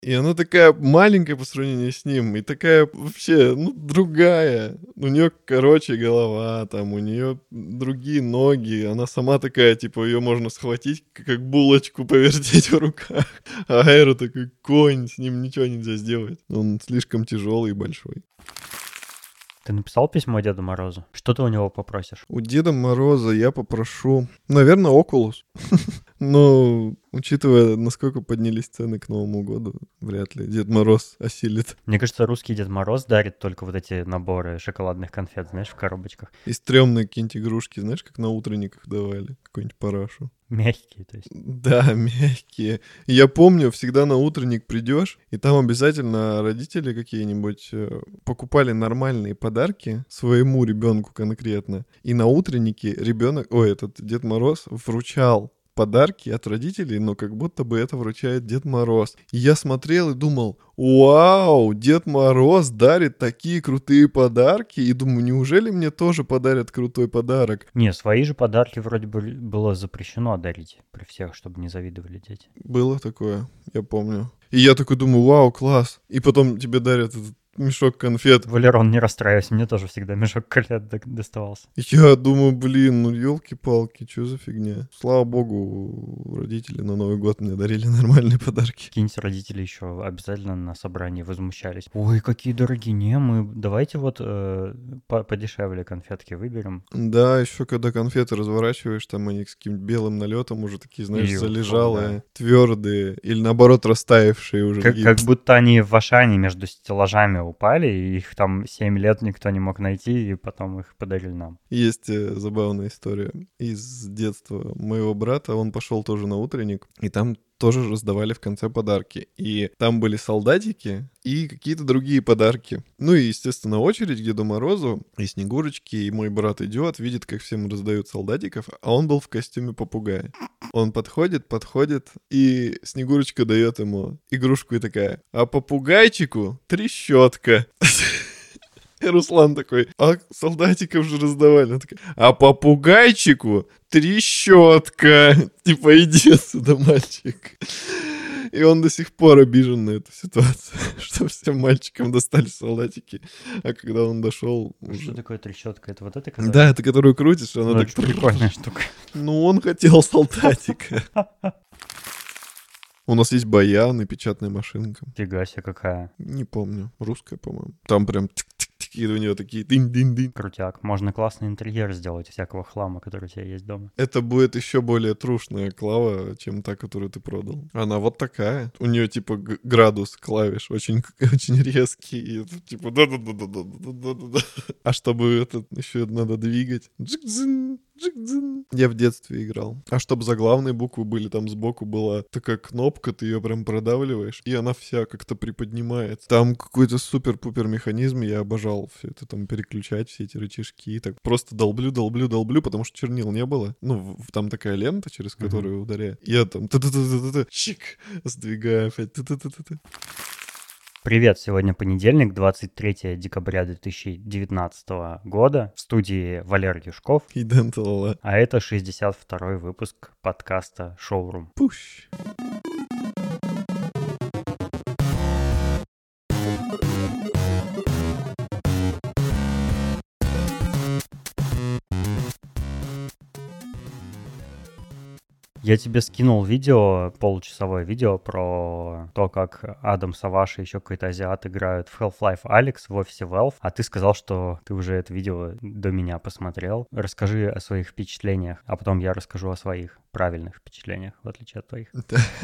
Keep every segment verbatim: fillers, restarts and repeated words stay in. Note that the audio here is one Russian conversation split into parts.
И она такая маленькая по сравнению с ним, и такая вообще, ну, другая. У нее короче голова, там, у нее другие ноги. Она сама такая, типа, ее можно схватить, как булочку повертеть в руках. А Эро такой конь, с ним ничего нельзя сделать. Он слишком тяжелый и большой. Ты написал письмо Деду Морозу? Что ты у него попросишь? У Деда Мороза я попрошу, наверное, Oculus. Но, учитывая, насколько поднялись цены к Новому году, вряд ли Дед Мороз осилит. Мне кажется, русский Дед Мороз дарит только вот эти наборы шоколадных конфет, знаешь, в коробочках. И стрёмные какие-нибудь игрушки, знаешь, как на утренниках давали, какую-нибудь парашу. Мягкие, то есть. Да, мягкие. И я помню, всегда на утренник придешь, и там обязательно родители какие-нибудь э, покупали нормальные подарки своему ребенку конкретно. И на утреннике ребенок, ой, этот Дед Мороз вручал подарки от родителей, но как будто бы это вручает Дед Мороз. И я смотрел и думал, вау, Дед Мороз дарит такие крутые подарки. И думаю, неужели мне тоже подарят крутой подарок? Не, свои же подарки вроде бы было запрещено дарить при всех, чтобы не завидовали дети. Было такое, я помню. И я такой думаю, вау, класс. И потом тебе дарят этот мешок конфет. Валерон, не расстраивайся, мне тоже всегда мешок конфет доставался. Я думаю, блин, ну елки-палки, что за фигня? Слава богу, родители на Новый год мне дарили нормальные подарки. Какие-нибудь родители еще обязательно на собрании возмущались. Ой, какие дорогие, не, мы давайте вот э, подешевле конфетки выберем. Да, еще когда конфеты разворачиваешь, там они с каким-то белым налетом уже такие, знаешь, И залежалые, да. твердые, или наоборот растаявшие уже. Как, как будто они в Ашане между стеллажами упали, и их там семь лет никто не мог найти, и потом их подарили нам. Есть э, забавная история из детства моего брата. Он пошел тоже на утренник, и там тоже раздавали в конце подарки. И там были солдатики и какие-то другие подарки. Ну и, естественно, очередь к Деду Морозу и Снегурочке, и мой брат идет, видит, как всем раздают солдатиков, а он был в костюме попугая. Он подходит, подходит, и Снегурочка дает ему игрушку и такая, а попугайчику трещотка. И Руслан такой, а солдатиков же раздавали. Она такая, а попугайчику трещотка. Типа, иди отсюда, мальчик. И он до сих пор обижен на эту ситуацию, что всем мальчикам достали солдатики. А когда он дошел... Что уже... такое трещотка? Это вот это? Когда... Да, это которую крутишь, она ну, так... это прикольная штука. Ну, он хотел солдатика. У нас есть баян и печатная машинка. Фига себе, какая. Не помню. Русская, по-моему. Там прям... И у него такие динь-динь-динь. Крутяк. Можно классный интерьер сделать из всякого хлама, который у тебя есть дома. Это будет еще более трушная клава, чем та, которую ты продал. Она вот такая. У нее типа г- градус клавиш очень, очень резкий. И это, типа да-да-да-да-да-да-да-да. А чтобы это еще надо двигать. Джик-дзин, джик-дзин. Я в детстве играл. А чтобы заглавные буквы были, там сбоку была такая кнопка, ты ее прям продавливаешь, и она вся как-то приподнимается. Там какой-то супер-пупер механизм, я обожал все это там переключать, все эти рычажки. Так просто долблю, долблю, долблю, потому что чернил не было. Ну, в- там такая лента, через которую mm-hmm. ударяю. Я там та-та-та-та-та, чик, сдвигаю опять. Та-та-та-та. Привет, сегодня понедельник, двадцать третьего декабря две тысячи девятнадцатого года. В студии Валерий Юшков. И Дэн Талала. А это шестьдесят второй выпуск подкаста «Шоурум». Пуш. Я тебе скинул видео, получасовое видео про то, как Адам Саваш и еще какой-то азиат играют в Half-Life Alyx в офисе Valve, а ты сказал, что ты уже это видео до меня посмотрел. Расскажи о своих впечатлениях, а потом я расскажу о своих правильных впечатлениях, в отличие от твоих.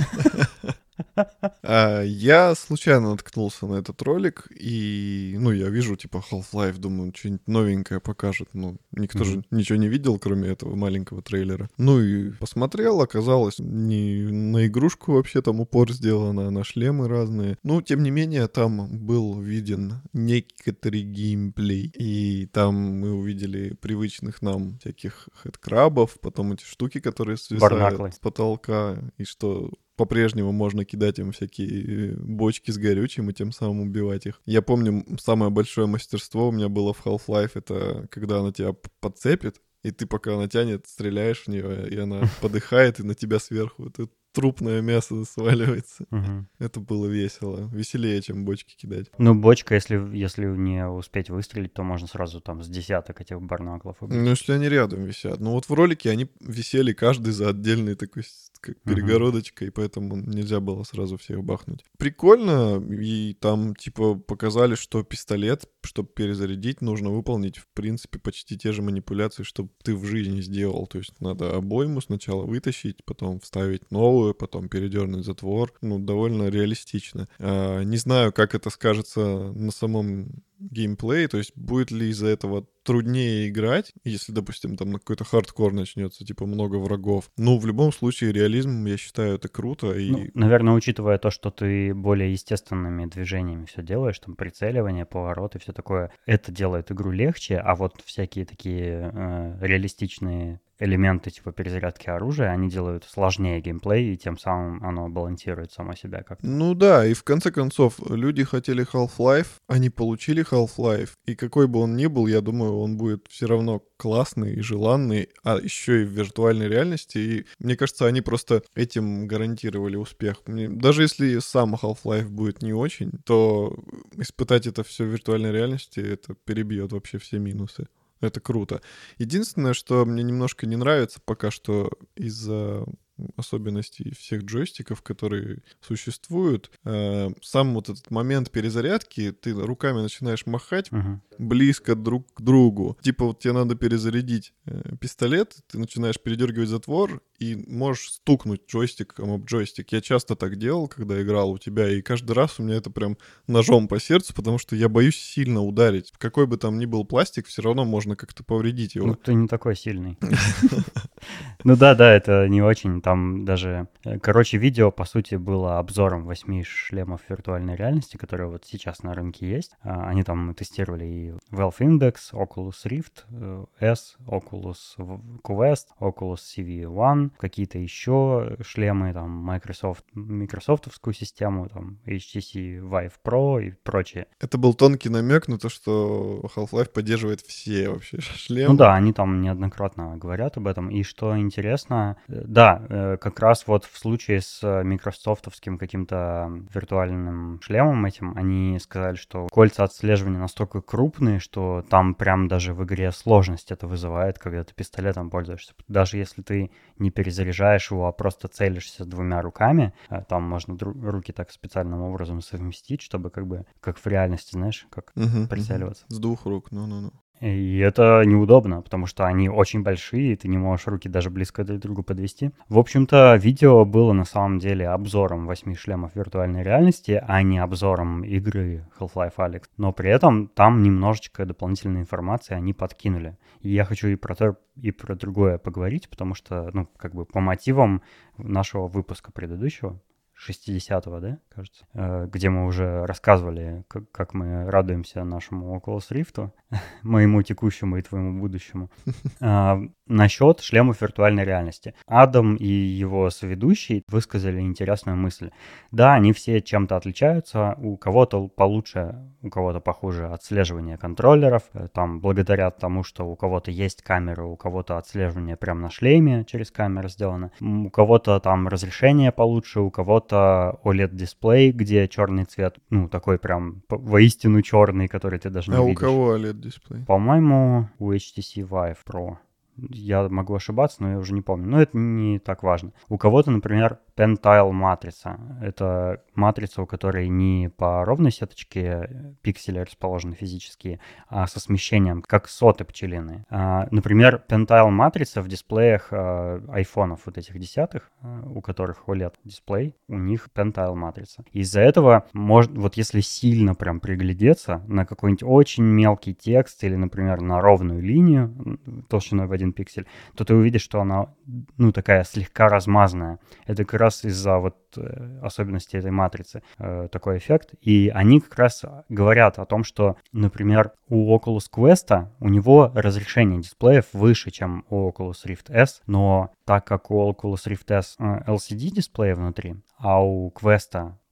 Я случайно наткнулся на этот ролик, и, ну, я вижу, типа, Half-Life, думаю, что-нибудь новенькое покажет. Ну, никто mm-hmm. же ничего не видел, кроме этого маленького трейлера. Ну, и посмотрел, оказалось, не на игрушку вообще там упор сделано, а на шлемы разные. Ну, тем не менее, там был виден некоторый геймплей, и там мы увидели привычных нам всяких хэдкрабов, потом эти штуки, которые свисают Барнаклы. С потолка, и что... По-прежнему можно кидать им всякие бочки с горючим и тем самым убивать их. Я помню, самое большое мастерство у меня было в Half-Life, это когда она тебя подцепит, и ты пока она тянет, стреляешь в нее, и она подыхает, и на тебя сверху. Это трупное мясо сваливается. Угу. Это было весело. Веселее, чем бочки кидать. Ну, бочка, если, если не успеть выстрелить, то можно сразу там с десяток этих барнаклов убить. Ну, если они рядом висят. Ну, вот в ролике они висели каждый за отдельной такой как перегородочкой, uh-huh. поэтому нельзя было сразу всех бахнуть. Прикольно, и там, типа, показали, что пистолет, чтобы перезарядить, нужно выполнить, в принципе, почти те же манипуляции, что ты в жизни сделал. То есть надо обойму сначала вытащить, потом вставить новую, потом передернуть затвор. Ну, довольно реалистично. А, не знаю, как это скажется на самом геймплее, то есть будет ли из-за этого труднее играть, если, допустим, там на какой-то хардкор начнется, типа много врагов. Ну, в любом случае, реализм, я считаю, это круто. И... Ну, наверное, учитывая то, что ты более естественными движениями все делаешь, там прицеливание, повороты, все такое, это делает игру легче, а вот всякие такие э, реалистичные элементы типа перезарядки оружия, они делают сложнее геймплей, и тем самым оно балансирует само себя как-то. Ну да, и в конце концов, люди хотели Half-Life, они получили Half-Life, и какой бы он ни был, я думаю, он будет все равно классный и желанный, а еще и в виртуальной реальности, и мне кажется, они просто этим гарантировали успех. Мне, даже если сам Half-Life будет не очень, то испытать это все в виртуальной реальности, это перебьет вообще все минусы. Это круто. Единственное, что мне немножко не нравится пока что из-за особенностей всех джойстиков, которые существуют, э, сам вот этот момент перезарядки, ты руками начинаешь махать uh-huh. близко друг к другу. Типа вот тебе надо перезарядить э, пистолет, ты начинаешь передергивать затвор и можешь стукнуть джойстиком об джойстик. Я часто так делал, когда играл у тебя, и каждый раз у меня это прям ножом по сердцу, потому что я боюсь сильно ударить. Какой бы там ни был пластик, все равно можно как-то повредить его. Ну, ты не такой сильный. Ну да, да, это не очень. Там даже... Короче, видео, по сути, было обзором восьми шлемов виртуальной реальности, которые вот сейчас на рынке есть. Они там тестировали и Valve Index, Oculus Rift S, Oculus Quest, Oculus си ви один, какие-то еще шлемы, там, Microsoft, микрософтовскую систему, там, эйч ти си Vive Pro и прочее. Это был тонкий намек на то, что Half-Life поддерживает все вообще шлемы. Ну да, они там неоднократно говорят об этом. И что интересно, да, как раз вот в случае с микрософтовским каким-то виртуальным шлемом этим, они сказали, что кольца отслеживания настолько крупные, что там прям даже в игре сложность это вызывает, когда ты пистолетом пользуешься. Даже если ты не перезаряжаешь его, а просто целишься двумя руками, там можно дру- руки так специальным образом совместить, чтобы как бы, как в реальности, знаешь, как угу, прицеливаться. Угу. С двух рук, ну-ну-ну. И это неудобно, потому что они очень большие, и ты не можешь руки даже близко друг к другу подвести. В общем-то, видео было на самом деле обзором восьми шлемов виртуальной реальности, а не обзором игры Half-Life Alyx. Но при этом там немножечко дополнительной информации они подкинули. И я хочу и про то, и про другое поговорить, потому что, ну, как бы по мотивам нашего выпуска предыдущего, шестидесятого, да, кажется, где мы уже рассказывали, как, как мы радуемся нашему Oculus Rift, моему текущему и твоему будущему, а, насчет шлемов виртуальной реальности. Адам и его соведущий высказали интересную мысль. Да, они все чем-то отличаются, у кого-то получше, у кого-то похуже отслеживание контроллеров, там, благодаря тому, что у кого-то есть камера, у кого-то отслеживание прямо на шлеме через камеру сделано, у кого-то там разрешение получше, у кого-то о лед дисплей, где черный цвет, ну, такой прям воистину черный, который ты даже не а видишь. А у кого о лед дисплей? По-моему, у эйч ти си Vive Pro. Я могу ошибаться, но я уже не помню. Но это не так важно. У кого-то, например, Pentile матрица. Это матрица, у которой не по ровной сеточке пиксели расположены физические, а со смещением, как соты пчелиные. А, например, Pentile матрица в дисплеях а, айфонов вот этих десятых, а, у которых о лед дисплей, у них Pentile матрица. Из-за этого, может, вот если сильно прям приглядеться на какой-нибудь очень мелкий текст или, например, на ровную линию толщиной в один пиксель, то ты увидишь, что она, ну, такая слегка размазанная. Это как раз из-за вот э, особенностей этой матрицы э, такой эффект. И они как раз говорят о том, что, например, у Oculus Quest у него разрешение дисплеев выше, чем у Oculus Rift S, но так как у Oculus Rift S э, эл си ди дисплей внутри, а у Quest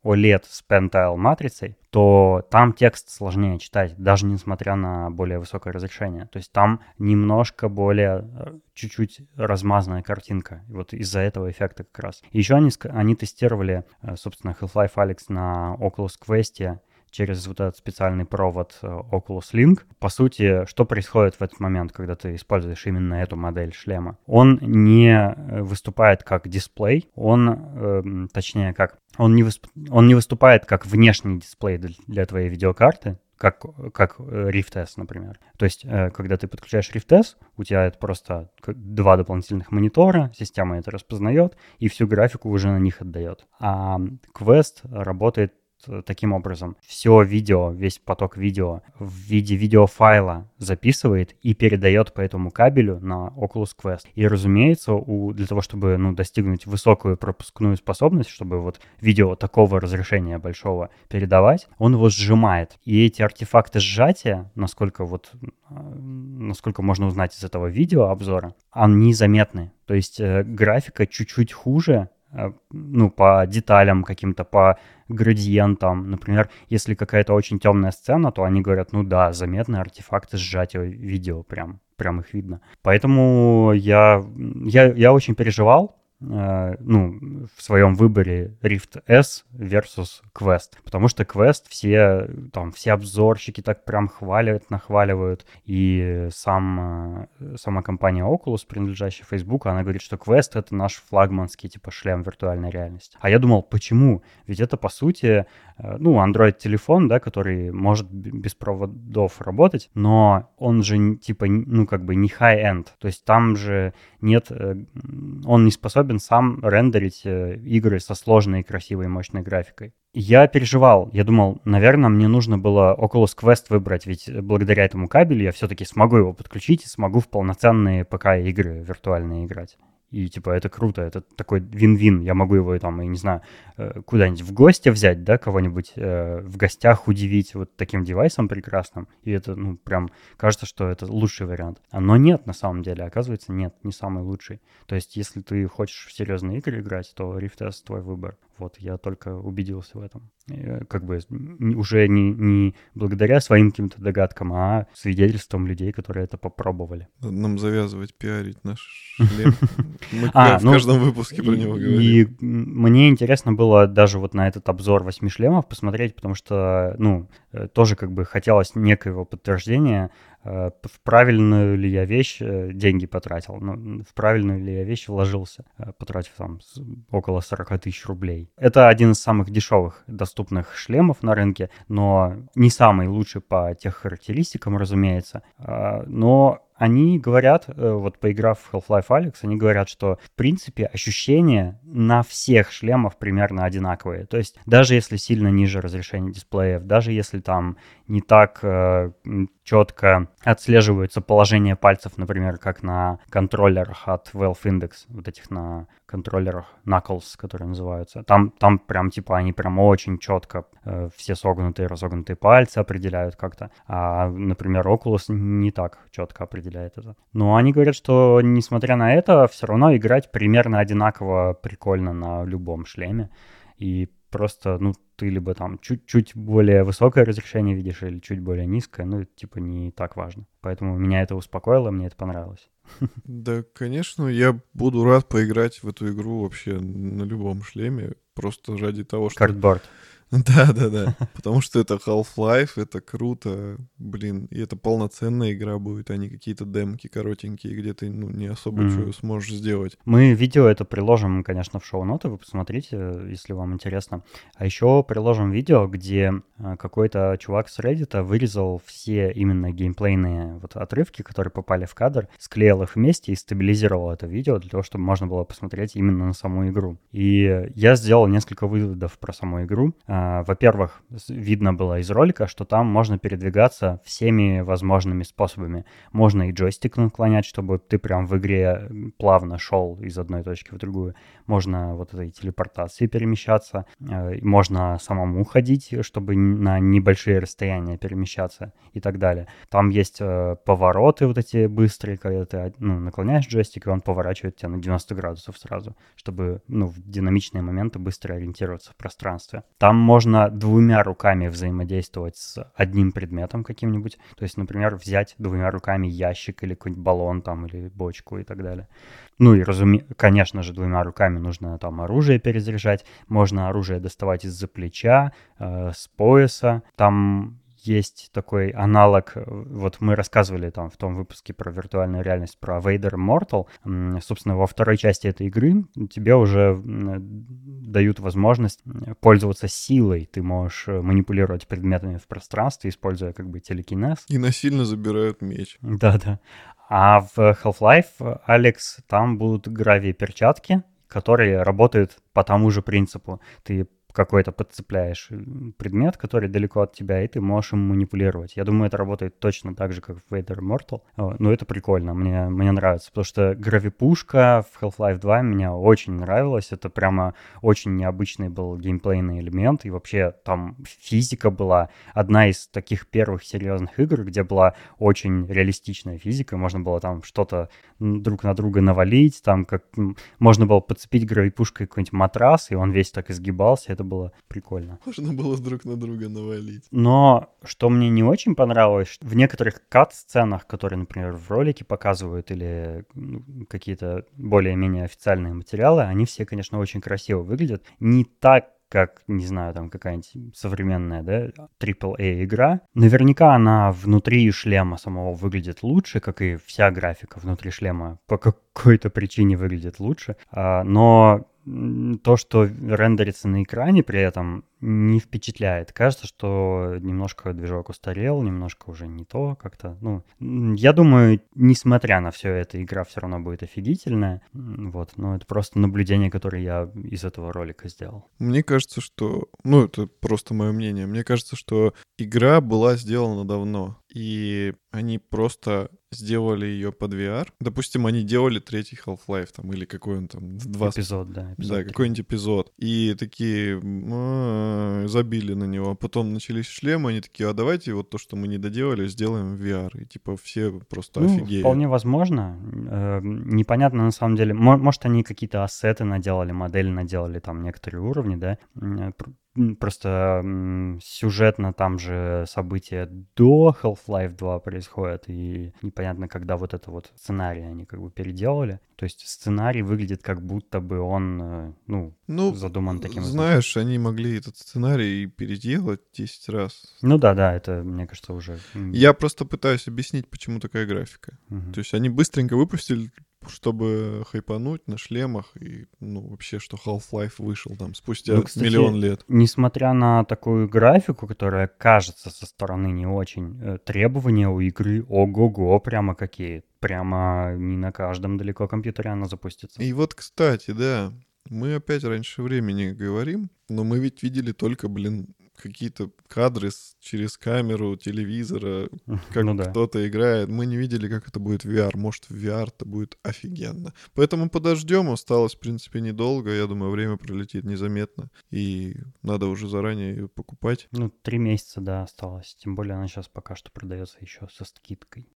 о лед с Pentile матрицей, то там текст сложнее читать, даже несмотря на более высокое разрешение. То есть там немножко более, чуть-чуть размазанная картинка. И вот из-за этого эффекта как раз. Еще они, они тестировали, собственно, Half-Life Alyx на Oculus Quest через вот этот специальный провод Oculus Link. По сути, что происходит в этот момент, когда ты используешь именно эту модель шлема? Он не выступает как дисплей, он, э, точнее, как... Он не, выступ, он не выступает как внешний дисплей для твоей видеокарты, как, как Rift S, например. То есть, э, когда ты подключаешь Rift S, у тебя это просто два дополнительных монитора, система это распознает и всю графику уже на них отдает. А Quest работает таким образом. Все видео, весь поток видео в виде видеофайла записывает и передает по этому кабелю на Oculus Quest. И, разумеется, у, для того, чтобы ну, достигнуть высокую пропускную способность, чтобы вот видео такого разрешения большого передавать, он его сжимает. И эти артефакты сжатия, насколько вот насколько можно узнать из этого видеообзора, они заметны. То есть э, графика чуть-чуть хуже, ну, по деталям каким-то, по градиентам. Например, если какая-то очень темная сцена, то они говорят, ну да, заметны артефакты сжатия видео, прям, прям их видно. Поэтому я, я, я очень переживал, э, ну, в своем выборе Rift S versus Quest, потому что Quest все, там, все обзорщики так прям хвалят, нахваливают, и сам, сама компания Oculus, принадлежащая Facebook, она говорит, что Quest — это наш флагманский, типа, шлем виртуальной реальности. А я думал, почему? Ведь это, по сути, ну, Android-телефон, да, который может без проводов работать, но он же, типа, ну, как бы не high-end, то есть там же нет, он не способен сам рендерить игры со сложной, красивой, мощной графикой. Я переживал, я думал, наверное, мне нужно было Oculus Quest выбрать, ведь благодаря этому кабелю я все-таки смогу его подключить и смогу в полноценные ПК-игры виртуальные играть. И, типа, это круто, это такой вин-вин. Я могу его, там, я не знаю, куда-нибудь в гости взять, да, кого-нибудь э, в гостях удивить вот таким девайсом прекрасным. И это, ну, прям кажется, что это лучший вариант. Но нет, на самом деле, оказывается, нет, не самый лучший. То есть, если ты хочешь в серьезные игры играть, то Rift S твой выбор. Вот, я только убедился в этом. И, как бы уже не, не благодаря своим каким-то догадкам, а свидетельством людей, которые это попробовали. Надо нам завязывать, пиарить наш шлем. Мы а, в ну, каждом выпуске про него говорим. И мне интересно было даже вот на этот обзор восьми шлемов посмотреть, потому что, ну, тоже как бы хотелось некоего подтверждения, в правильную ли я вещь деньги потратил, ну, в правильную ли я вещь вложился, потратив там около сорок тысяч рублей. Это один из самых дешевых доступных шлемов на рынке, но не самый лучший по тех характеристикам, разумеется, но они говорят, вот поиграв в Half-Life Alyx, они говорят, что в принципе ощущения на всех шлемах примерно одинаковые. То есть даже если сильно ниже разрешение дисплеев, даже если там не так э, четко отслеживается положение пальцев, например, как на контроллерах от Valve Index, вот этих на контроллерах Knuckles, которые называются. Там, там прям типа они прям очень четко э, все согнутые, разогнутые пальцы определяют как-то. А, например, Oculus не так четко определяет это. Но они говорят, что несмотря на это, все равно играть примерно одинаково прикольно на любом шлеме. И просто, ну, ты либо там чуть-чуть более высокое разрешение видишь или чуть более низкое, ну, типа не так важно. Поэтому меня это успокоило, мне это понравилось. Да, конечно, я буду рад поиграть в эту игру вообще на любом шлеме, просто ради того, что... Картборд. Да-да-да, потому что это Half-Life, это круто, блин, и это полноценная игра будет, а не какие-то демки коротенькие, где ты, ну, не особо mm-hmm. что сможешь сделать. Мы видео это приложим, конечно, в шоу-ноты, вы посмотрите, если вам интересно. А еще приложим видео, где какой-то чувак с Reddit вырезал все именно геймплейные вот отрывки, которые попали в кадр, склеил их вместе и стабилизировал это видео для того, чтобы можно было посмотреть именно на саму игру. И я сделал несколько выводов про саму игру. А, Во-первых, с- видно было из ролика, что там можно передвигаться всеми возможными способами. Можно и джойстик наклонять, чтобы ты прям в игре м, плавно шел из одной точки в другую. Можно вот этой телепортацией перемещаться. э, и Можно самому ходить, чтобы н- на небольшие расстояния перемещаться и так далее. Там есть э, повороты вот эти быстрые, когда ты ну, наклоняешь джойстик, и он поворачивает тебя на девяносто градусов сразу, чтобы ну, в динамичные моменты быстро ориентироваться в пространстве. Там можно двумя руками взаимодействовать с одним предметом каким-нибудь. То есть, например, взять двумя руками ящик или какой-нибудь баллон там, или бочку и так далее. Ну и, разуме... конечно же, двумя руками нужно там оружие перезаряжать. Можно оружие доставать из-за плеча, э, с пояса. Там есть такой аналог, э, вот мы рассказывали там в том выпуске про виртуальную реальность, про Vader Immortal. М, Собственно, во второй части этой игры тебе уже м, дают возможность м, пользоваться силой. Ты можешь э, манипулировать предметами в пространстве, используя как бы телекинез. И насильно забирают меч. Да-да. А в Half-Life, Алекс, там будут гравий-перчатки, которые работают по тому же принципу. Ты какой-то подцепляешь м, предмет, который далеко от тебя, и ты можешь им манипулировать. Я думаю, это работает точно так же, как в Vader Immortal. О, Ну, это прикольно, мне, мне нравится, потому что гравипушка в Half-Life два меня очень нравилась. Это прямо очень необычный был геймплейный элемент, и вообще там физика была одна из таких первых серьезных игр, где была очень реалистичная физика, можно было там что-то м, друг на друга навалить, там как м, можно было подцепить гравипушкой какой-нибудь матрас, и он весь так изгибался, это было прикольно. Можно было друг на друга навалить. Но что мне не очень понравилось, что в некоторых кат-сценах, которые, например, в ролике показывают, или ну, какие-то более-менее официальные материалы, они все, конечно, очень красиво выглядят. Не так, как, не знаю, там какая-нибудь современная, да, трипл эй игра. Наверняка она внутри шлема самого выглядит лучше, как и вся графика внутри шлема по какой-то причине выглядит лучше. А, но м, то, что рендерится на экране при этом, не впечатляет. Кажется, что немножко движок устарел, немножко уже не то как-то. Ну, м, я думаю, несмотря на все это, игра все равно будет офигительная. М, Вот, но это просто наблюдение, которое я из этого ролика сделал. Мне кажется, что... Ну, это просто мое мнение. Мне кажется, что игра была сделана давно. И они просто сделали ее под ви ар. Допустим, они делали третий Half-Life там, или какой он там, два... с- Эпизод, да, эпизод Да, три. какой-нибудь эпизод. И такие «М, забили на него. А потом начались шлемы, они такие, а давайте вот то, что мы не доделали, сделаем в ви ар. И типа все просто Ну, офигеют. вполне возможно. Э, Непонятно на самом деле. Мо- Может, они какие-то ассеты наделали, модели наделали, там некоторые уровни, да. М, э, пр- м, Просто м, сюжетно там же события до Half-Life два происходят, и непонятно, когда вот это вот сценарий они как бы переделали. То есть сценарий выглядит как будто бы он, э, ну, Ну, задуман таким изначально. знаешь, они могли этот сценарий переделать десять раз. Ну да, да, это, мне кажется, уже... м, Я просто пытаюсь объяснить, почему такая графика. мгм. То есть они быстренько выпустили, чтобы хайпануть на шлемах, и, ну, вообще, что Half-Life вышел там спустя Ну, кстати, миллион лет. несмотря на такую графику, которая кажется со стороны не очень, э, требования у игры ого-го прямо какие. Прямо не на каждом далеко компьютере она запустится. И вот, кстати, да, мы опять раньше времени говорим, но мы ведь видели только, блин, какие-то кадры с- через камеру телевизора, как Ну да. кто-то играет. Мы не видели, как это будет в ви ар. Может, в ви ар-то будет офигенно. Поэтому подождем. Осталось, в принципе, недолго. Я думаю, время пролетит незаметно. И надо уже заранее ее покупать. Ну, три месяца, да, осталось. Тем более она сейчас пока что продается еще со скидкой.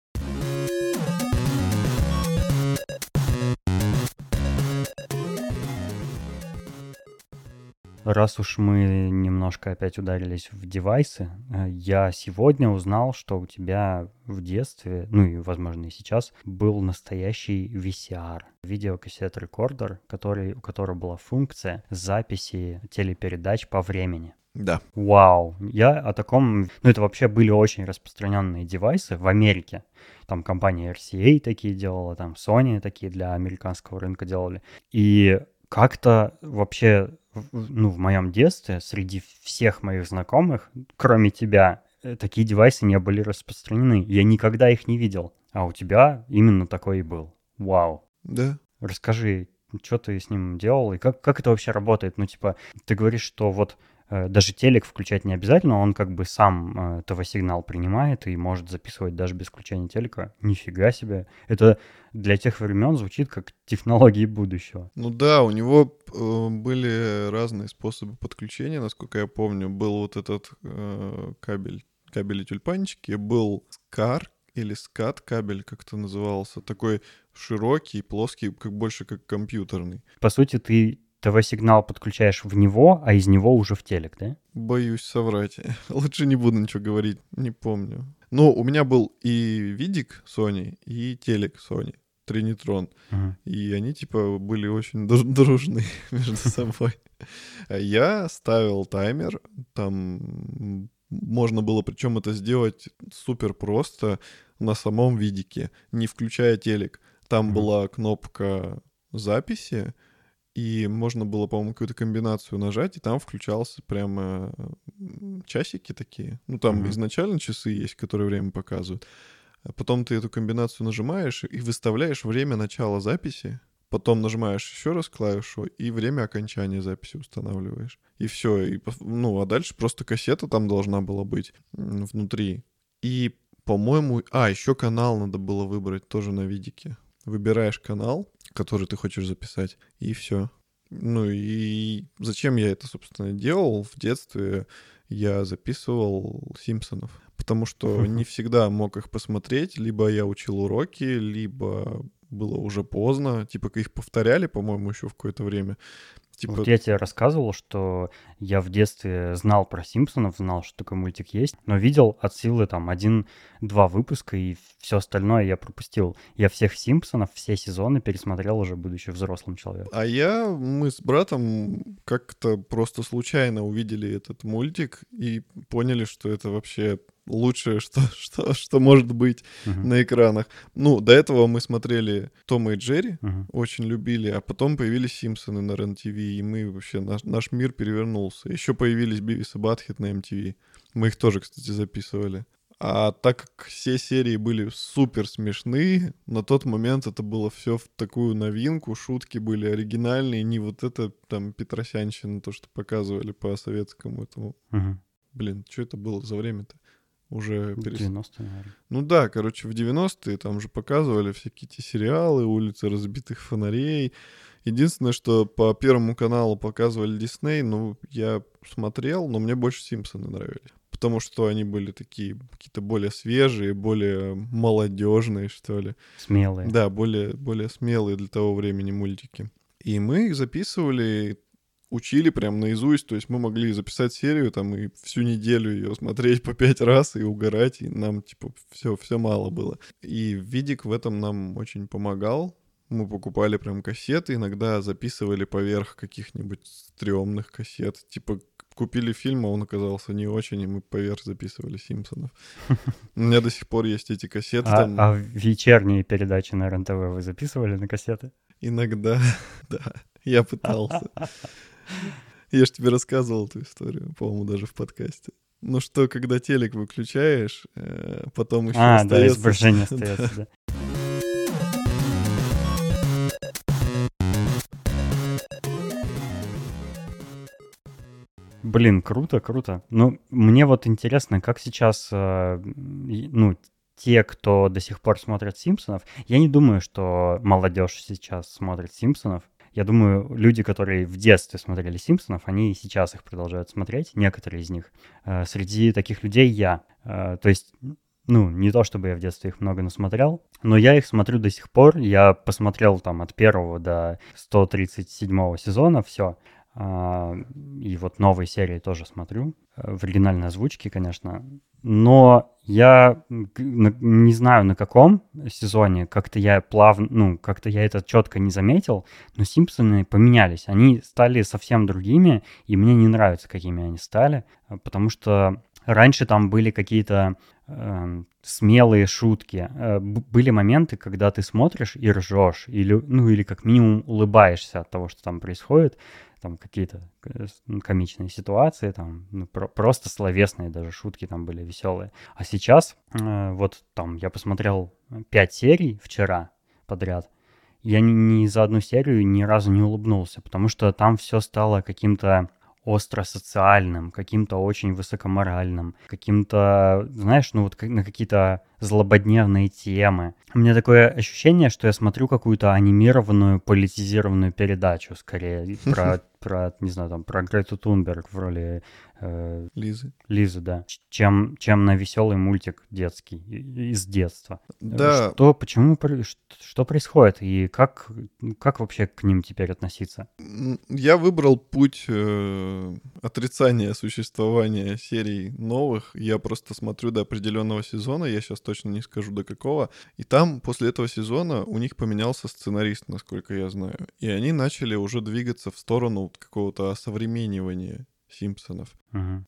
Раз уж мы немножко опять ударились в девайсы, э, я сегодня узнал, что у тебя в детстве, ну и, возможно, и сейчас, был настоящий ви си ар, видеокассет-рекордер, который, у которого была функция записи телепередач по времени. Да. Вау, я о таком... Ну, это вообще были очень распространенные девайсы в Америке. Там компания эр си эй такие делала, там Sony такие для американского рынка делали. И как-то вообще, в- ну, в моем детстве среди всех моих знакомых, кроме тебя, э, такие девайсы не были распространены. Я никогда их не видел. А у тебя именно такой и был. Вау. Да. Расскажи, что ты с ним делал и как, как это вообще работает? Ну, типа, ты говоришь, что вот э, даже телек включать не обязательно, он как бы сам э, ТВ-сигнал принимает и может записывать даже без включения телека. Нифига себе. Это для тех времен звучит как технологии будущего. Ну да, у него э, были разные способы подключения, насколько я помню. Был вот этот э, кабель, кабели тюльпанчики, был скар или скат кабель, как это назывался, такой широкий, плоский, как больше как компьютерный. По сути, ты ТВ-сигнал подключаешь в него, а из него уже в телек, да? Боюсь соврать. Лучше не буду ничего говорить, не помню. Ну, у меня был и видик Sony, и телек Sony, Trinitron. Угу. И они, типа, были очень дру- дружны между собой. Я ставил таймер, там можно было, причем это сделать супер просто на самом видике, не включая телек. Там Мгм. была кнопка записи, и можно было, по-моему, какую-то комбинацию нажать, и там включался прямо м, часики такие. Ну, там Мгм. изначально часы есть, которые время показывают. А потом ты эту комбинацию нажимаешь и выставляешь время начала записи. Потом нажимаешь еще раз клавишу и время окончания записи устанавливаешь. И все. И, пос- ну, а дальше просто кассета там должна была быть м, внутри. И, по-моему... А, еще канал надо было выбрать тоже на видике. Выбираешь канал, который ты хочешь записать, и все. Ну и зачем я это, собственно, делал? В детстве я записывал «Симпсонов», потому что не всегда мог их посмотреть. Либо я учил уроки, либо было уже поздно. Типа их повторяли, по-моему, еще в какое-то время. Типа, Вот я тебе рассказывал, что я в детстве знал про Симпсонов, знал, что такой мультик есть, но видел от силы там один-два выпуска, и все остальное я пропустил. Я всех Симпсонов, все сезоны пересмотрел уже, будучи взрослым человеком. а я, мы с братом как-то просто случайно увидели этот мультик и поняли, что это вообще лучшее, что, что, что может быть Мгм. на экранах. Ну, до этого мы смотрели Тома и Джерри, Мгм. очень любили, а потом появились Симпсоны на РЕН-ТВ, и мы вообще, наш, наш мир перевернулся. Еще появились Бивис и Батхед на эм ти ви. Мы их тоже, кстати, записывали. А так как все серии были супер смешные, на тот момент это было все в такую новинку, шутки были оригинальные, не вот это там Петросянщина, то, что показывали по советскому этому. Мгм. Блин, что это было за время-то? Уже перес... девяностые, наверное. Ну да, короче, в девяностые там же показывали всякие эти сериалы, «Улицы разбитых фонарей». Единственное, что по Первому каналу показывали Дисней, ну, я смотрел, но мне больше «Симпсоны» нравились. Потому что они были такие какие-то более свежие, более молодежные, что ли. Смелые. Да, более, более смелые для того времени мультики. И мы их записывали, учили прям наизусть, то есть мы могли записать серию там и всю неделю ее смотреть по пять раз и угорать, и нам типа все, все мало было. И видик в этом нам очень помогал. Мы покупали прям кассеты, иногда записывали поверх каких-нибудь стрёмных кассет. Типа купили фильм, а он оказался не очень, и мы поверх записывали «Симпсонов». У меня до сих пор есть эти кассеты А, там. а вечерние передачи на РЕН-ТВ вы записывали на кассеты? Иногда, да, я пытался. Я ж тебе рассказывал эту историю, по-моему, даже в подкасте. Ну что, когда телек выключаешь, э, потом еще А, да, остается... изображение Да. остается, да. Блин, круто, круто. Ну, мне вот интересно, как сейчас, э, и- ну, те, кто до сих пор смотрят «Симпсонов», я не думаю, что молодежь сейчас смотрит «Симпсонов». Я думаю, люди, которые в детстве смотрели «Симпсонов», они и сейчас их продолжают смотреть, некоторые из них. Э, Среди таких людей я. Э, То есть, ну, не то чтобы я в детстве их много насмотрел, но я их смотрю до сих пор. Я посмотрел там от первого до сто тридцать седьмого сезона, все. А, И вот новые серии тоже смотрю. э, В оригинальной озвучке, конечно. Но я м, к- на- не знаю, на каком сезоне. Как-то я плавно, ну, как-то я это четко не заметил. Но «Симпсоны» поменялись. Они стали совсем другими, и мне не нравится, какими они стали. э, Потому что раньше там были какие-то эм, смелые шутки. Э, б- Были моменты, когда ты смотришь и ржешь, или, ну, или как минимум улыбаешься от того, что там происходит. Там какие-то э, с- м, комичные ситуации, там ну, про- просто словесные даже шутки там были веселые. А сейчас, э, вот там я посмотрел пять серий вчера подряд, я ни, ни за одну серию ни разу не улыбнулся, потому что там все стало каким-то остро социальным, каким-то очень высокоморальным, каким-то, знаешь, ну вот как- на какие-то злободневные темы. У меня такое ощущение, что я смотрю какую-то анимированную, политизированную передачу, скорее, про, про не знаю, там, про Грету Тунберг в роли э, Лизы. Лизы, да, ч- чем, чем на веселый мультик детский, и- из детства. Э, Да, Что, почему, при- ш- что происходит, и как, как вообще к ним теперь относиться? м, я выбрал путь э, отрицания существования серий новых. Я просто смотрю до определенного сезона, я сейчас точно не скажу до какого. И там после этого сезона у них поменялся сценарист, насколько я знаю. И они начали уже двигаться в сторону вот какого-то осовременивания Симпсонов. Мгм.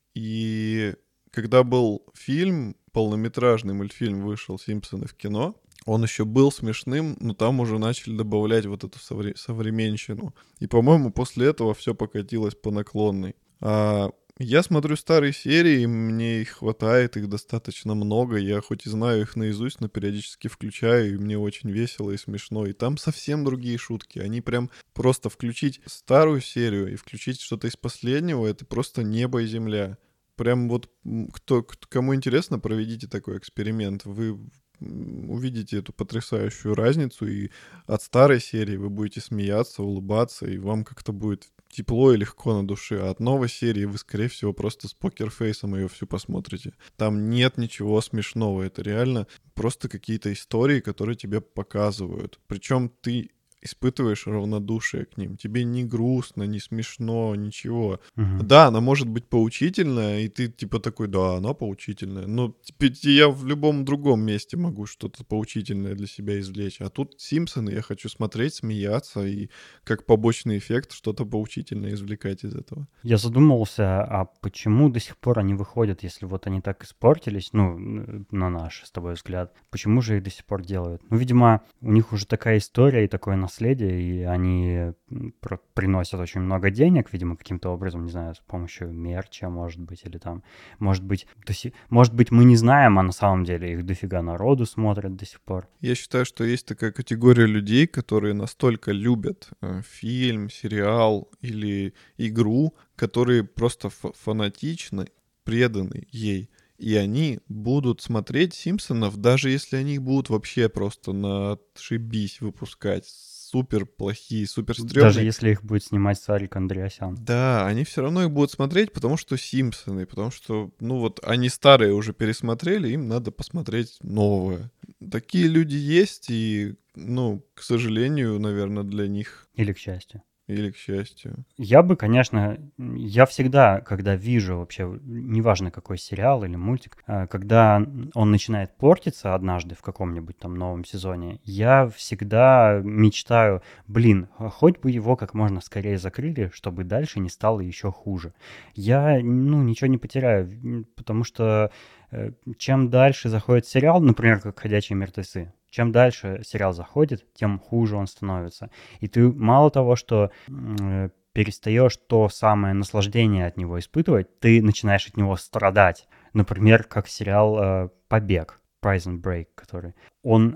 И когда был фильм, полнометражный мультфильм вышел «Симпсоны» в кино, он еще был смешным, но там уже начали добавлять вот эту совре- современщину. И, по-моему, после этого все покатилось по наклонной. А я смотрю старые серии, и мне их хватает, их достаточно много. Я хоть и знаю их наизусть, но периодически включаю, и мне очень весело и смешно. И там совсем другие шутки. Они прям просто включить старую серию и включить что-то из последнего, это просто небо и земля. Прям вот м, кто, кто- кому интересно, проведите такой эксперимент. Вы м, увидите эту потрясающую разницу, и от старой серии вы будете смеяться, улыбаться, и вам как-то будет тепло и легко на душе. А от новой серии вы, скорее всего, просто с покерфейсом ее всю посмотрите. Там нет ничего смешного. Это реально просто какие-то истории, которые тебе показывают. Причем ты испытываешь равнодушие к ним. Тебе не грустно, не смешно, ничего. Мгм. Да, она может быть поучительная, и ты типа такой, да, она поучительная. Но теперь я в любом другом месте могу что-то поучительное для себя извлечь. А тут Симпсоны, я хочу смотреть, смеяться и как побочный эффект что-то поучительное извлекать из этого. Я задумывался, а почему до сих пор они выходят, если вот они так испортились, ну, н- на наш, с тобой взгляд, почему же их до сих пор делают? Ну, видимо, у них уже такая история и такое наследие, и они м, про- приносят очень много денег, видимо, каким-то образом, не знаю, с помощью мерча, может быть, или там, может быть, до си- может быть, мы не знаем, а на самом деле их дофига народу смотрят до сих пор. Я считаю, что есть такая категория людей, которые настолько любят э, фильм, сериал или игру, которые просто фа- фанатичны, преданы ей. И они будут смотреть Симпсонов, даже если они их будут вообще просто на отшибись выпускать. Супер плохие, супер Даже стрёмные. если их будет снимать Сарик Андреасян. Да, они все равно их будут смотреть, потому что Симпсоны, потому что, ну вот, они старые уже пересмотрели, им надо посмотреть новое. Такие люди есть, и, ну, к сожалению, наверное, для них, Или к счастью. или к счастью. Я бы, конечно, м, я всегда, когда вижу вообще, в- неважно какой сериал или мультик, э, когда он начинает портиться однажды в каком-нибудь там новом сезоне, я всегда мечтаю, блин, а хоть бы его как можно скорее закрыли, чтобы дальше не стало еще хуже. Я, ну, ничего не потеряю, м, потому что э, чем дальше заходит сериал, например, как «Ходячие мертвецы», чем дальше сериал заходит, тем хуже он становится. И ты мало того, что м, э, перестаешь то самое наслаждение от него испытывать, ты начинаешь от него страдать. Например, как сериал э, «Побег», Prison Break, который. Он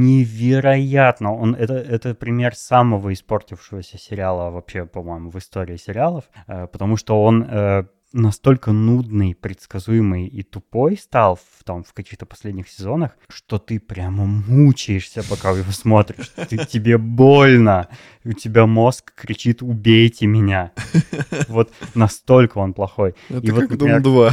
невероятно, он, это, это пример самого испортившегося сериала вообще, по-моему, в истории сериалов, э, потому что он э, настолько нудный, предсказуемый и тупой стал в, там, в каких-то последних сезонах, что ты прямо мучаешься, пока его смотришь. Ты, тебе больно. У тебя мозг кричит «убейте меня». Вот настолько он плохой. И Это вот, как Дом например, два.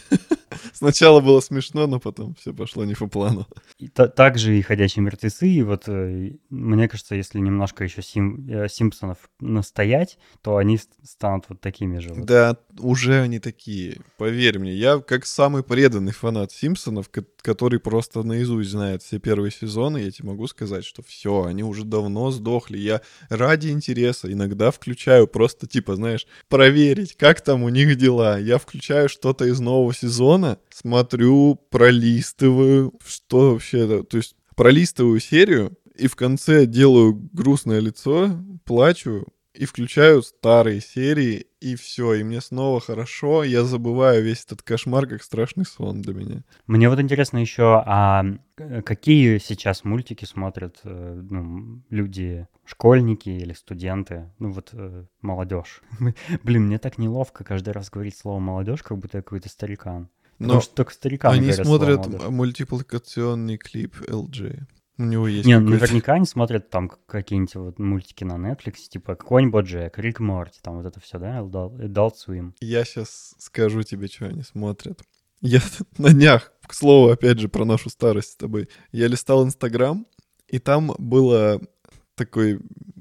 Сначала было смешно, но потом все пошло не по плану. и та- также и «Ходячие мертвецы», и вот э, мне кажется, если немножко еще Сим, э, Симпсонов настоять, то они ст- станут вот такими же вот. Да, уже они такие, поверь мне. Я как самый преданный фанат Симпсонов, ко- который просто наизусть знает все первые сезоны, я тебе могу сказать, что все, они уже давно сдохли. Я ради интереса иногда включаю просто, типа, знаешь, проверить, как там у них дела. Я включаю что-то из нового сезона, смотрю, пролистываю, что вообще это, то есть пролистываю серию, и в конце делаю грустное лицо, плачу, и включаю старые серии, и все, и мне снова хорошо, я забываю весь этот кошмар, как страшный сон для меня. Мне вот интересно еще, а какие сейчас мультики смотрят э, ну, люди, школьники или студенты, ну вот э, молодежь? Блин, мне так неловко каждый раз говорить слово молодежь, как будто я какой-то старикан. Потому Но что только старикам они говорят слово смотрят молодежь. мультипликационный клип эл джей. У него есть Не, какой-то... наверняка они смотрят там к- какие-нибудь вот мультики на Netflix, типа Конь Боджек, Рик и Морти, там вот это все, да, Adult Adult Swim. Я сейчас скажу тебе, что они смотрят. Я на днях, к слову, опять же, про нашу старость с тобой, я листал Инстаграм, и там было такой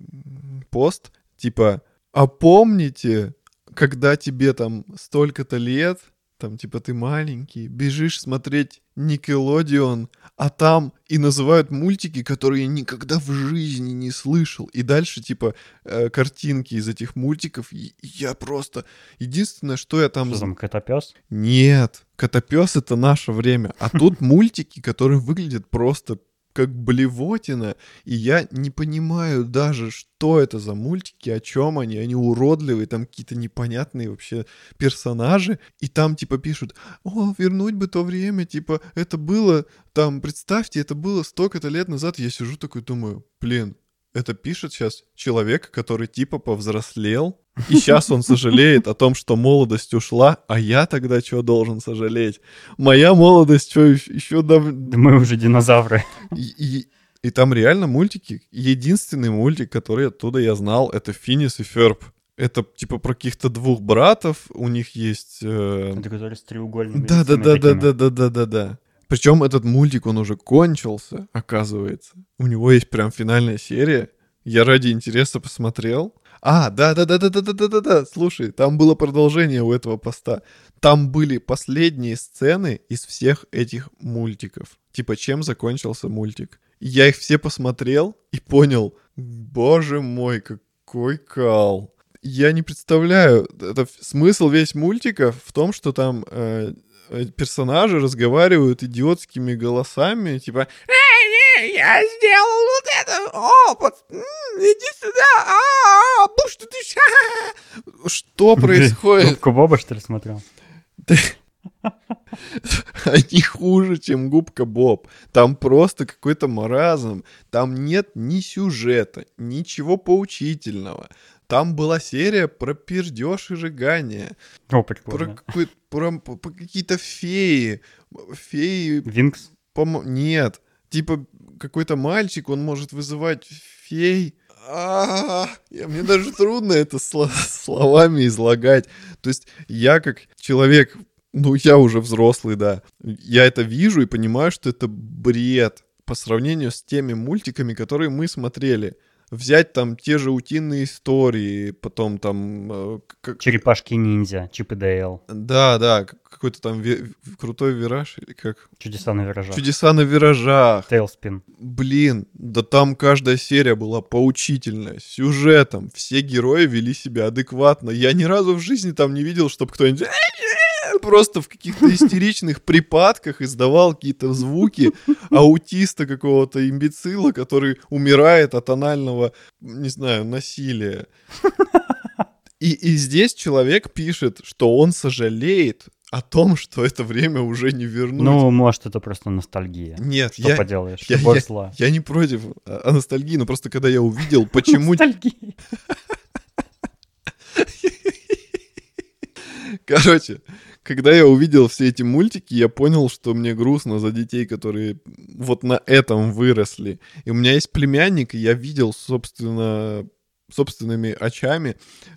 пост, типа, а помните, когда тебе там столько-то лет, там, типа, ты маленький, бежишь смотреть Nickelodeon, а там и называют мультики, которые я никогда в жизни не слышал. И дальше, типа, э, картинки из этих мультиков. И я просто... Единственное, что я там... Что з- там, Котопес? Нет, Котопес — это наше время. А тут мультики, которые выглядят просто как блевотина, и я не понимаю даже, что это за мультики, о чем они, они уродливые, там какие-то непонятные вообще персонажи, и там типа пишут, о, вернуть бы то время, типа, это было, там, представьте, это было столько-то лет назад, я сижу такой, думаю, блин, это пишет сейчас человек, который типа повзрослел, и сейчас он сожалеет о том, что молодость ушла, а я тогда что должен сожалеть? Моя молодость что еще дав... Да мы уже динозавры. И, и- и там реально мультики. Единственный мультик, который оттуда я знал, это Финис и Ферб. Это типа про каких-то двух братов. У них есть... э, Это который с треугольными Да, да, лицами да, да, такими. да, да, да, да, да. Причем этот мультик, он уже кончился, оказывается. У него есть прям финальная серия. Я ради интереса посмотрел. А, да, да, да, да, да, да, да, да, да. Слушай, там было продолжение у этого поста. Там были последние сцены из всех этих мультиков. Типа, чем закончился мультик. И я их все посмотрел и понял, боже мой, какой кал. Я не представляю, это в- смысл весь мультика в том, что там э, э, персонажи разговаривают идиотскими голосами, типа «Эй, эй, я сделал вот это, о, пац- м, иди сюда, а, ну что ты, ша-ха-ха». Что происходит? Губку Боба, что ли, смотрел? Они хуже, чем Губка Боб. Там просто какой-то маразм. Там нет ни сюжета, ничего поучительного. Там была серия про пердеж и жигание. О, Про, прикольно. какой- про- про какие-то феи. Феи... Винкс? помо- Нет. Типа какой-то мальчик, он может вызывать фей. А, я- Мне даже трудно это сло- словами излагать. То есть я как человек, ну я уже взрослый, да, я это вижу и понимаю, что это бред по сравнению с теми мультиками, которые мы смотрели. Взять там те же утиные истории, потом там... э, как- Черепашки-ниндзя, Чип и Дейл, Да, да, к- какой-то там ве- крутой вираж или как... Чудеса на виражах, Чудеса на виражах. Тейлспин. Блин, да там каждая серия была поучительная, с сюжетом, все герои вели себя адекватно. Я ни разу в жизни там не видел, чтобы кто-нибудь просто в каких-то истеричных припадках издавал какие-то звуки аутиста какого-то имбецила, который умирает от анального, не знаю, насилия. И, и здесь человек пишет, что он сожалеет о том, что это время уже не вернуть. Ну, может, это просто ностальгия. Нет, Что я, поделаешь? я, Любовь я- зла. я не против а, а ностальгии, но просто когда я увидел, почему... Ностальгия. Короче, когда я увидел все эти мультики, я понял, что мне грустно за детей, которые вот на этом выросли. И у меня есть племянник, и я видел, собственно, собственными очами...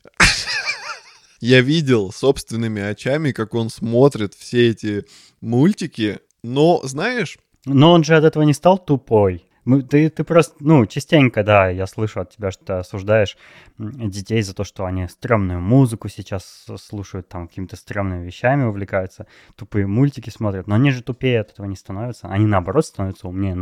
Я видел собственными очами, как он смотрит все эти мультики. Но, знаешь, Но он же от этого не стал тупой. Мы- Ты, ты просто, ну, частенько, да, я слышу от тебя, что ты осуждаешь м, детей за то, что они стрёмную музыку сейчас с- слушают, там, какими-то стрёмными вещами увлекаются, тупые мультики смотрят, но они же тупее от этого не становятся, они, наоборот, становятся умнее нас.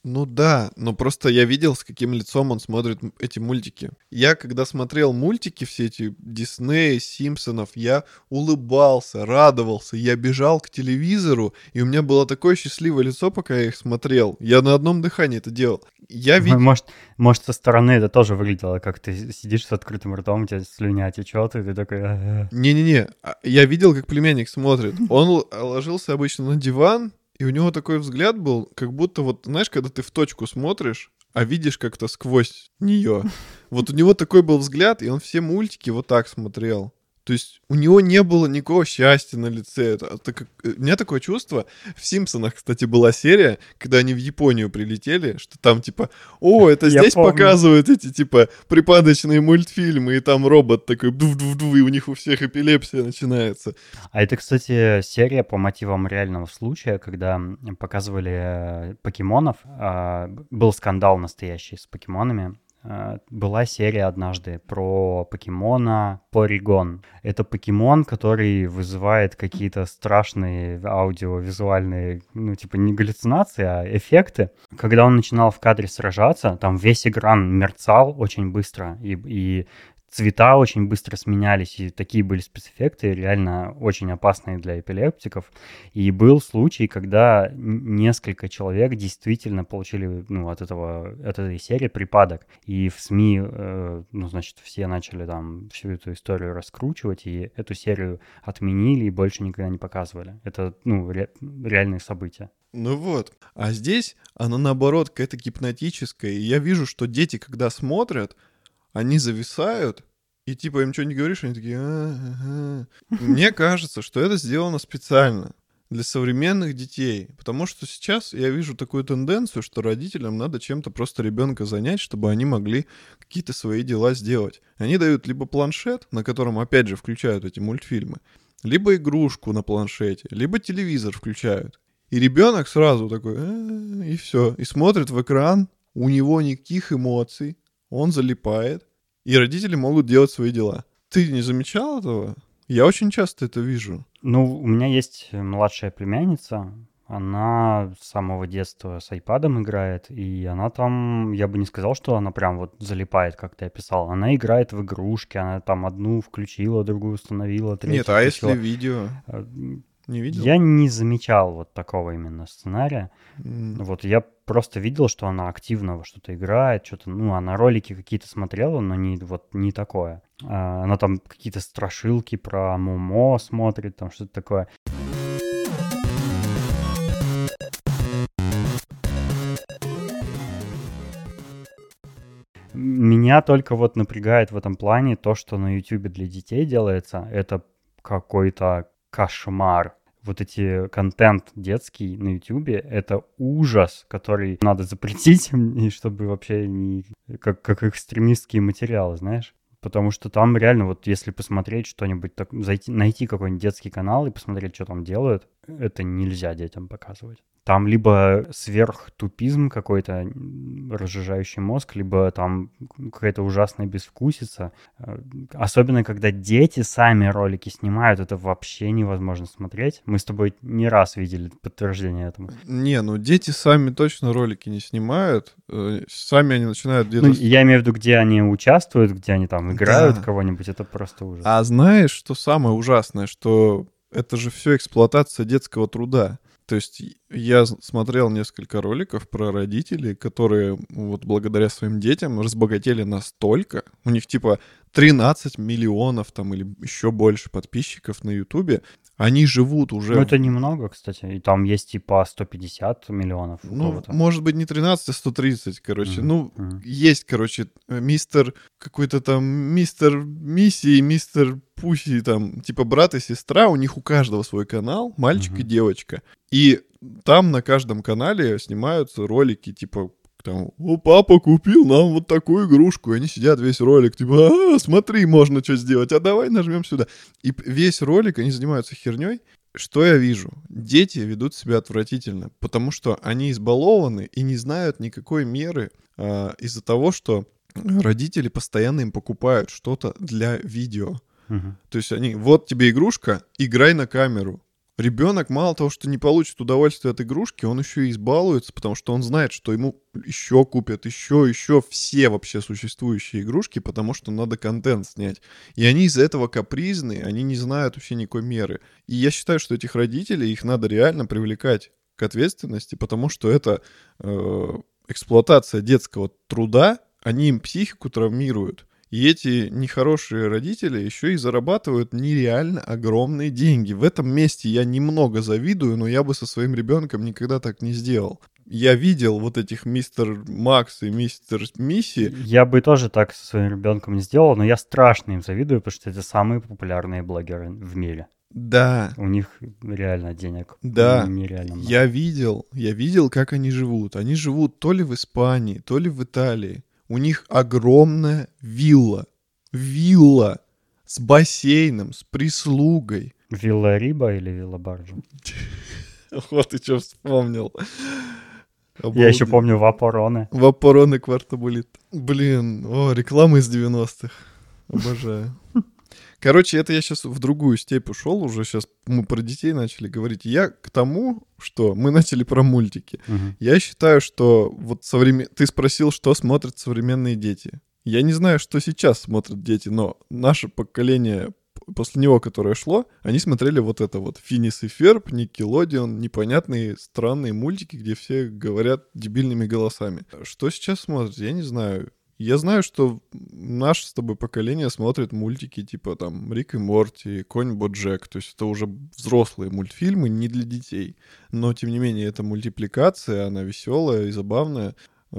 Ну да, но просто я видел, с каким лицом он смотрит м- эти мультики. Я, когда смотрел мультики, все эти Дисней, Симпсонов, я улыбался, радовался, я бежал к телевизору, и у меня было такое счастливое лицо, пока я их смотрел. Я на одном дыхании это делал. Я М- видел... Может, может, со стороны это тоже выглядело, как ты сидишь с открытым ртом, у тебя слюня течет, и ты такой... «А-а-а». Не-не-не, а, я видел, как племянник смотрит. Он л- ложился обычно на диван, и у него такой взгляд был, как будто вот, знаешь, когда ты в точку смотришь, а видишь как-то сквозь нее. Вот у него такой был взгляд, и он все мультики вот так смотрел. То есть у него не было никакого счастья на лице. Это, это как- э, у меня такое чувство. В «Симпсонах», кстати, была серия, когда они в Японию прилетели, что там типа, о, это Я здесь помню. показывают эти типа припадочные мультфильмы, и там робот такой ду-ду-ду, и у них у всех эпилепсия начинается. А это, кстати, серия по мотивам реального случая, когда м, показывали э, покемонов. а, б- Был скандал настоящий с покемонами. А, Была серия однажды про покемона Поригон. Это покемон, который вызывает какие-то страшные аудиовизуальные, ну, типа не галлюцинации, а эффекты. Когда он начинал в кадре сражаться, там весь экран мерцал очень быстро, и, и цвета очень быстро сменялись, и такие были спецэффекты, реально очень опасные для эпилептиков. И был случай, когда н- несколько человек действительно получили, ну, от этого, от этой серии припадок. И в СМИ, э, ну, значит, все начали там всю эту историю раскручивать, и эту серию отменили и больше никогда не показывали. Это, ну, ре- реальные события. Ну вот. А здесь оно наоборот какая-то гипнотическая. И я вижу, что дети, когда смотрят, они зависают, и типа им что не говоришь, они такие... «А, ага». Мне кажется, что это сделано специально для современных детей. Потому что сейчас я вижу такую тенденцию, что родителям надо чем-то просто ребенка занять, чтобы они могли какие-то свои дела сделать. Они дают либо планшет, на котором опять же включают эти мультфильмы, либо игрушку на планшете, либо телевизор включают. И ребенок сразу такой, «А, и все, и смотрит в экран, у него никаких эмоций, он залипает, и родители могут делать свои дела. Ты не замечал этого? Я очень часто это вижу. Ну, у меня есть младшая племянница, она с самого детства с айпадом играет, и она там, я бы не сказал, что она прям вот залипает, как ты описал. Она играет в игрушки, она там одну включила, другую установила, Нет, третью а если включила. видео? Э, Не видел? Я не замечал вот такого именно сценария. М. Вот я просто видел, что она активно во что-то играет, что-то, ну, она ролики какие-то смотрела, но не вот не такое. А, Она там какие-то страшилки про Момо смотрит, там что-то такое. Меня только вот напрягает в этом плане то, что на Ютубе для детей делается. Это какой-то кошмар. Вот эти контент детский на Ютубе — это ужас, который надо запретить, и чтобы вообще не... Как, как экстремистские материалы, знаешь? Потому что там реально вот если посмотреть что-нибудь, так, зайти, найти какой-нибудь детский канал и посмотреть, что там делают, это нельзя детям показывать. Там либо сверхтупизм какой-то, м, разжижающий мозг, либо там какая-то ужасная безвкусица. Э, Особенно, когда дети сами ролики снимают, это вообще невозможно смотреть. Мы с тобой не раз видели подтверждение этому. Не, ну дети сами точно ролики не снимают. э, Сами они начинают Ну, где-то... с- я имею в виду, где они участвуют, где они там играют Да. кого-нибудь, это просто ужас. А знаешь, что самое ужасное? Что это же все эксплуатация детского труда. То есть и- я з- смотрел несколько роликов про родителей, которые вот благодаря своим детям разбогатели настолько, у них типа тринадцать миллионов там или еще больше подписчиков на Ютубе, они живут уже, Ну, в- это немного, кстати. И там есть типа сто пятьдесят миллионов у ну, кого-то. может быть, не тринадцать, а сто тридцать, короче. Мгм, Ну, мгм. есть, короче, э, мистер, какой-то там мистер Мисси, мистер Пуси, там, типа брат и сестра, у них у каждого свой канал, мальчик и Мгм. девочка. И там на каждом канале снимаются ролики, типа, там, о, папа купил нам вот такую игрушку, и они сидят весь ролик, типа, а, смотри, можно что сделать, а давай нажмем сюда. И п- весь ролик они занимаются херней. Что я вижу? Дети ведут себя отвратительно, потому что они избалованы и не знают никакой меры а, из-за того, что родители постоянно им покупают что-то для видео. Мгм. То есть они, вот тебе игрушка, играй на камеру. Ребенок мало того, что не получит удовольствие от игрушки, он еще и избалуется, потому что он знает, что ему еще купят, еще, еще все вообще существующие игрушки, потому что надо контент снять. И они из-за этого капризны, они не знают вообще никакой меры. И я считаю, что этих родителей, их надо реально привлекать к ответственности, потому что это э, эксплуатация детского труда, они им психику травмируют. И эти нехорошие родители еще и зарабатывают нереально огромные деньги. В этом месте я немного завидую, но я бы со своим ребенком никогда так не сделал. Я видел вот этих мистер Макс и мистер Мисси. Я бы тоже так со своим ребенком не сделал, но я страшно им завидую, потому что это самые популярные блогеры в мире. Да. У них реально денег. Да. Нереально много. Я видел, я видел, как они живут. Они живут то ли в Испании, то ли в Италии. У них огромная вилла. Вилла с бассейном, с прислугой. Вилла Риба или Вилла Барджа? Вот ты что вспомнил. Я еще помню Вапороне. Вапороне Квартабулит. Блин, о, реклама из девяностых. Обожаю. Короче, это я сейчас в другую степь ушел, уже сейчас мы про детей начали говорить. Я к тому, что мы начали про мультики. Угу. Я считаю, что вот современ... ты спросил, что смотрят современные дети. Я не знаю, что сейчас смотрят дети, но наше поколение после него, которое шло, они смотрели вот это вот Финис и Ферб, Никелодеон, непонятные странные мультики, где все говорят дебильными голосами. Что сейчас смотрят, я не знаю. Я знаю, что наше с тобой поколение смотрит мультики типа там Рик и Морти, Конь Боджек. То есть это уже взрослые мультфильмы, не для детей. Но, тем не менее, это мультипликация, она веселая и забавная.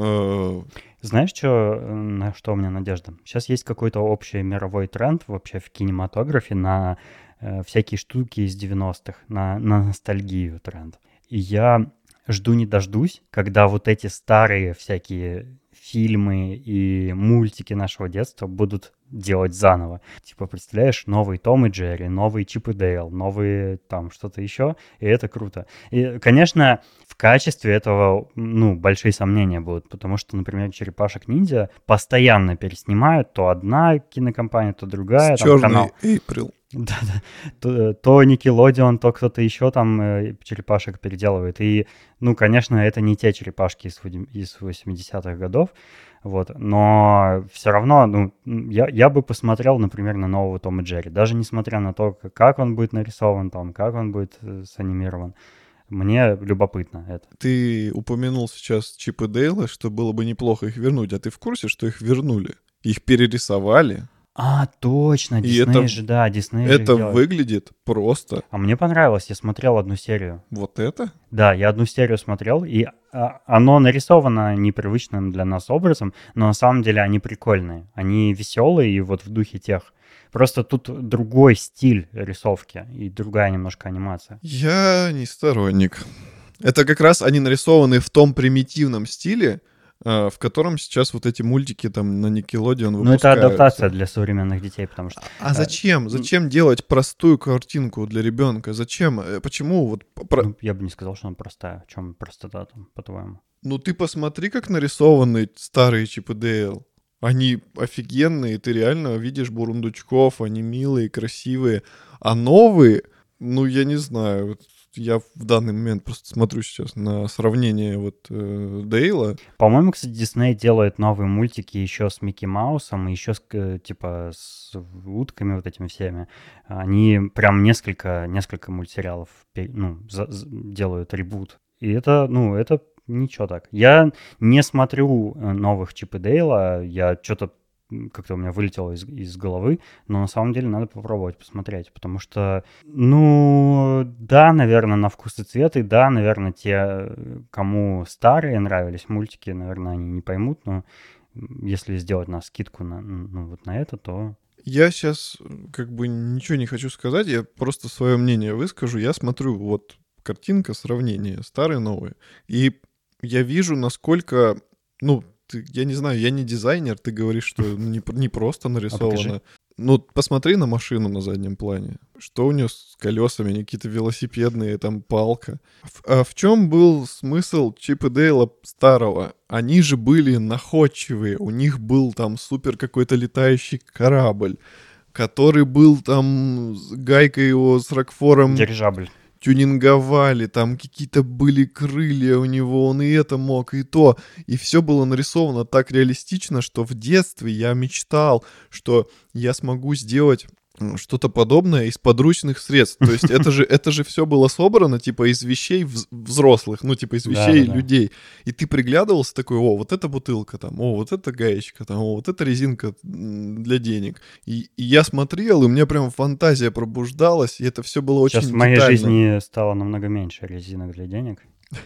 Знаешь, что, на что у меня надежда? Сейчас есть какой-то общий мировой тренд вообще в кинематографе на э, всякие штуки из девяностых, на, на ностальгию тренд. И я жду не дождусь, когда вот эти старые всякие фильмы и мультики нашего детства будут делать заново. Типа, представляешь, новый Том и Джерри, новый Чип и Дейл, новые там что-то еще, и это круто. И, конечно, в качестве этого, ну, большие сомнения будут, потому что, например, «Черепашек-ниндзя» постоянно переснимают, то одна кинокомпания, то другая. С черный канал. Эйприл. Да-да. То, то Nickelodeon, то кто-то еще там э, черепашек переделывает. И, ну, конечно, это не те черепашки из, из восьмидесятых годов, вот, но все равно, ну, я, я бы посмотрел, например, на нового Тома и Джерри, даже несмотря на то, как он будет нарисован там, как он будет э, санимирован. Мне любопытно это. Ты упомянул сейчас Чип и Дейла, что было бы неплохо их вернуть, а ты в курсе, что их вернули? Их перерисовали. А, точно, Дисней же, да, Дисней же Это выглядит просто. А мне понравилось, я смотрел одну серию. Вот это? Да, я одну серию смотрел, и а, оно нарисовано непривычным для нас образом, но на самом деле они прикольные. Они веселые и вот в духе тех. Просто тут другой стиль рисовки и другая немножко анимация. Я не сторонник. Это как раз они нарисованы в том примитивном стиле, в котором сейчас вот эти мультики там на Nickelodeon выпускаются. Ну, это адаптация для современных детей, потому что... А, а зачем? Зачем делать простую картинку для ребенка? Зачем? Почему вот... Ну, я бы не сказал, что она простая. В чем простота там, по-твоему? Ну, ты посмотри, как нарисованы старые Чип и Дейл. Они офигенные, ты реально видишь бурундучков, они милые, красивые. А новые, ну, я не знаю... Я в данный момент просто смотрю сейчас на сравнение вот э, Дейла. По-моему, кстати, Дисней делает новые мультики еще с Микки Маусом, и еще с, типа с утками вот этими всеми. Они прям несколько, несколько мультсериалов ну, за, за, делают ребут. И это, ну, это ничего так. Я не смотрю новых Чип и Дейла, я что-то как-то у меня вылетело из, из головы, но на самом деле надо попробовать посмотреть, потому что, ну, да, наверное, на вкус и цвет, и да, наверное, те, кому старые нравились мультики, наверное, они не поймут, но если сделать на скидку на, ну, вот на это, то... Я сейчас как бы ничего не хочу сказать, я просто свое мнение выскажу. Я смотрю, вот картинка, сравнение, старые, новые, и я вижу, насколько, ну, Ты, я не знаю, я не дизайнер, ты говоришь, что не, не просто нарисовано. А ну, посмотри на машину на заднем плане. Что у нее с колесами, они какие-то велосипедные, там палка. А в чем был смысл Чип и Дейла старого? Они же были находчивые, у них был там супер какой-то летающий корабль, который был там с гайкой его с Рокфором. Дирижабль. тюнинговали, там какие-то были крылья у него, он и это мог, и то. И все было нарисовано так реалистично, что в детстве я мечтал, что я смогу сделать что-то подобное из подручных средств. То есть это же, это же все было собрано, типа, из вещей вз- взрослых, ну, типа, из вещей Да-да-да. людей. И ты приглядывался такой, о, вот эта бутылка там, о, вот эта гаечка там, о, вот эта резинка м, для денег. И, и я смотрел, и у меня прям фантазия пробуждалась, и это все было очень Сейчас в моей детально. жизни стало намного меньше резинок для денег.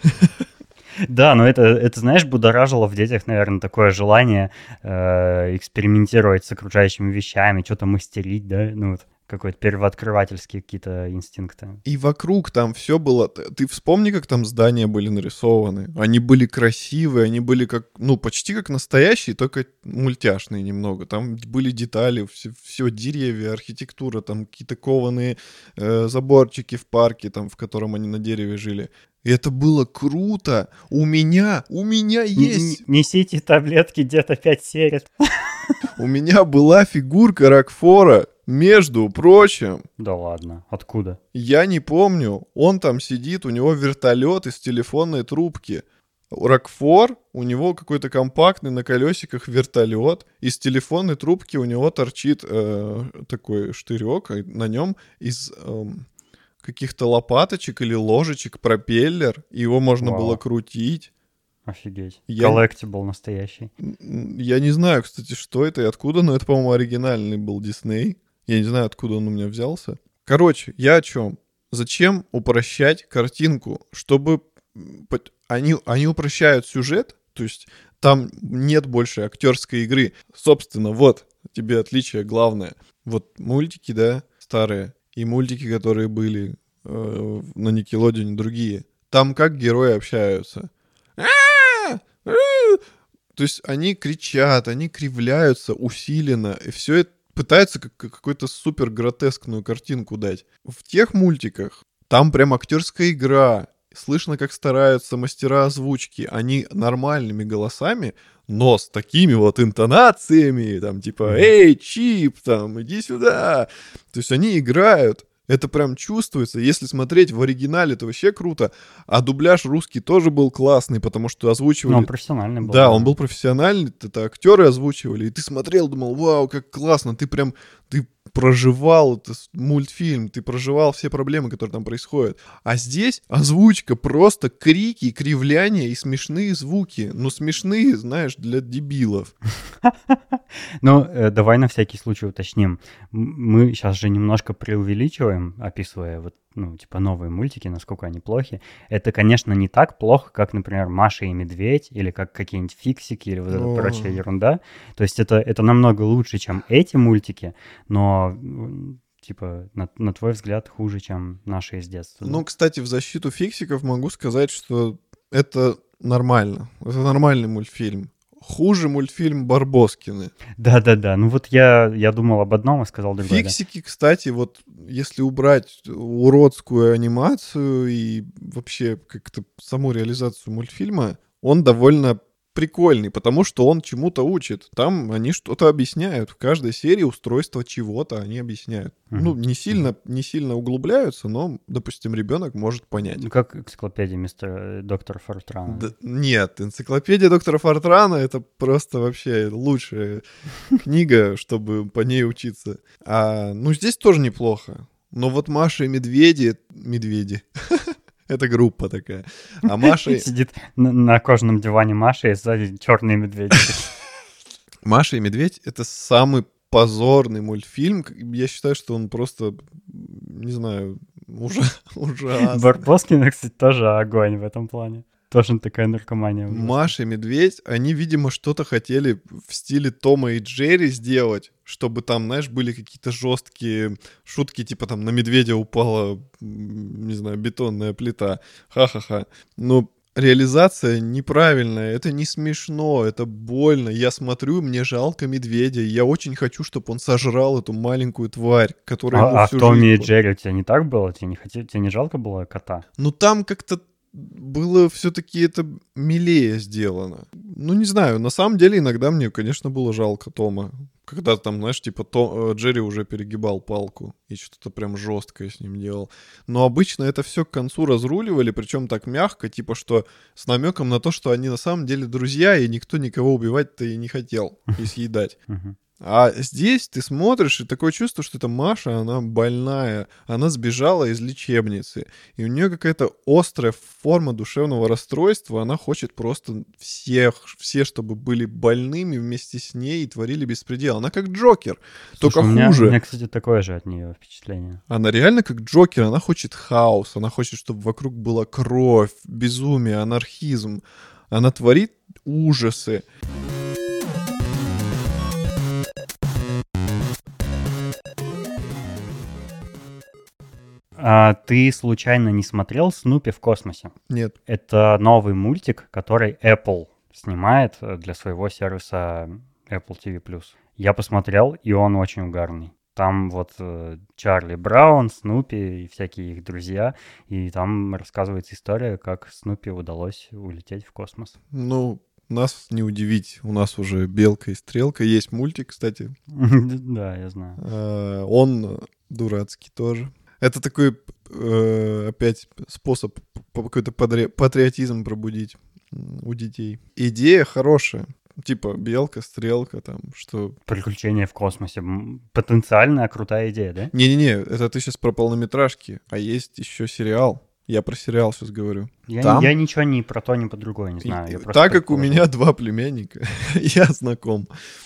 Да, но это, это, знаешь, будоражило в детях, наверное, такое желание э, экспериментировать с окружающими вещами, что-то мастерить, да, ну вот какой-то первооткрывательские какие-то инстинкты. И вокруг там все было... Т- Ты вспомни, как там здания были нарисованы. Они были красивые, они были как, ну, почти как настоящие, только мультяшные немного. Там были детали, все, деревья, архитектура, там какие-то кованые э, заборчики в парке, там, в котором они на дереве жили. И это было круто. У меня, у меня Н- есть... н- Несите таблетки, дед опять серит. У меня была фигурка Рокфора, между прочим. Да ладно, откуда? Я не помню. Он там сидит, у него вертолет из телефонной трубки. Рокфор, у него какой-то компактный на колесиках вертолет. Из телефонной трубки у него торчит э, такой штырек, а на нем из э, каких-то лопаточек или ложечек пропеллер. И его можно Вау. было крутить. Офигеть. Я- Коллектибл настоящий. М, Я не знаю, кстати, что это и откуда, но это, по-моему, оригинальный был Дисней. Я не знаю, откуда он у меня взялся. Короче, я о чем? Зачем упрощать картинку? Чтобы... м, пот- Они, они упрощают сюжет, то есть там нет больше актерской игры. Собственно, вот тебе отличие главное. Вот мультики, да, старые, и мультики, которые были э, на Никелодеоне, другие. Там как герои общаются. То есть они кричат, они кривляются усиленно, и все это пытаются как какую-то супер гротескную картинку дать. В тех мультиках там прям актерская игра. Слышно, как стараются мастера озвучки. Они нормальными голосами, но с такими вот интонациями, там типа «Эй, Чип, там, иди сюда». То есть они играют. Это прям чувствуется. Если смотреть в оригинале, то вообще круто. А дубляж русский тоже был классный, потому что озвучивали... Ну, он профессиональный был. Да, он был профессиональный, это актеры озвучивали, и ты смотрел, думал, вау, как классно, ты прям, ты проживал этот мультфильм, ты проживал все проблемы, которые там происходят. А здесь озвучка, просто крики, кривляния и смешные звуки. Ну, смешные, знаешь, для дебилов. Ну, э, давай на всякий случай уточним. М- Мы сейчас же немножко преувеличиваем, описывая вот, ну, типа новые мультики, насколько они плохи. Это, конечно, не так плохо, как, например, «Маша и медведь» или как какие-нибудь «Фиксики» или вот эта О. прочая ерунда. То есть это, это намного лучше, чем эти мультики, но, м, типа, на, на твой взгляд, хуже, чем наши из детства. да? Ну, кстати, в защиту фиксиков могу сказать, что это нормально. Это нормальный мультфильм. Хуже мультфильм «Барбоскины». Да-да-да, ну вот я, я думал об одном, а сказал другое. да. Фиксики, кстати, вот если убрать уродскую анимацию и вообще как-то саму реализацию мультфильма, он довольно прикольный, потому что он чему-то учит. Там они что-то объясняют. В каждой серии устройство чего-то они объясняют. Мгм. Ну, не сильно, не сильно углубляются, но, допустим, ребенок может понять. Ну, как энциклопедия мистера доктора Фортрана. Д- нет, энциклопедия доктора Фортрана — это просто вообще лучшая книга, чтобы по ней учиться. А, ну, здесь тоже неплохо. Но вот Маша и Медведи... Медведи. Это группа такая. А Маша... и- Сидит на, на кожаном диване Маша, и сзади черные медведи. Маша и Медведь — это самый позорный мультфильм. Я считаю, что он просто, не знаю, ужа- ужасный. Барбоскины, кстати, тоже огонь в этом плане. Тоже такая наркомания. ужасная. Маша и Медведь, они, видимо, что-то хотели в стиле Тома и Джерри сделать, чтобы там, знаешь, были какие-то жесткие шутки, типа там на медведя упала, м, не знаю, бетонная плита. Ха-ха-ха. Но реализация неправильная, это не смешно, это больно. Я смотрю, мне жалко медведя, и я очень хочу, чтобы он сожрал эту маленькую тварь, которая ему А, а в всю Томе и жизнь... Джерри у тебя не так было? Тебе не, хотел, тебе не жалко было кота? Ну там как-то было все-таки это милее сделано. Ну, не знаю, на самом деле иногда мне, конечно, было жалко Тома. когда там, знаешь, типа то, Джерри уже перегибал палку и что-то прям жесткое с ним делал. Но обычно это все к концу разруливали, причем так мягко, типа что с намеком на то, что они на самом деле друзья, и никто никого убивать-то и не хотел, и съедать. А здесь ты смотришь, и такое чувство, что это Маша, она больная, она сбежала из лечебницы, и у нее какая-то острая форма душевного расстройства, она хочет просто всех, все, чтобы были больными вместе с ней и творили беспредел. Она как Джокер, Слушай, только у меня, хуже. У меня, кстати, такое же от нее впечатление. Она реально как Джокер, она хочет хаос, она хочет, чтобы вокруг была кровь, безумие, анархизм. Она творит ужасы. А ты случайно не смотрел «Снупи в космосе»? Нет. Это новый мультик, который Apple снимает для своего сервиса Apple ти ви плюс. Я посмотрел, и он очень угарный. Там вот э, Чарли Браун, Снупи и всякие их друзья. И там рассказывается история, как Снупи удалось улететь в космос. Ну, нас не удивить. У нас уже «Белка и стрелка». Есть мультик, кстати. Да, я знаю. Он дурацкий тоже. Это такой э, опять способ какой-то патриотизм пробудить у детей. Идея хорошая. Типа белка, стрелка, там, что... Приключения в космосе. Потенциальная крутая идея, да? Не-не-не, это ты сейчас про полнометражки, а есть еще сериал. Я про сериал сейчас говорю. Я, Там... я ничего ни про то, ни про другое не знаю. Я так как у меня два племянника, я знаком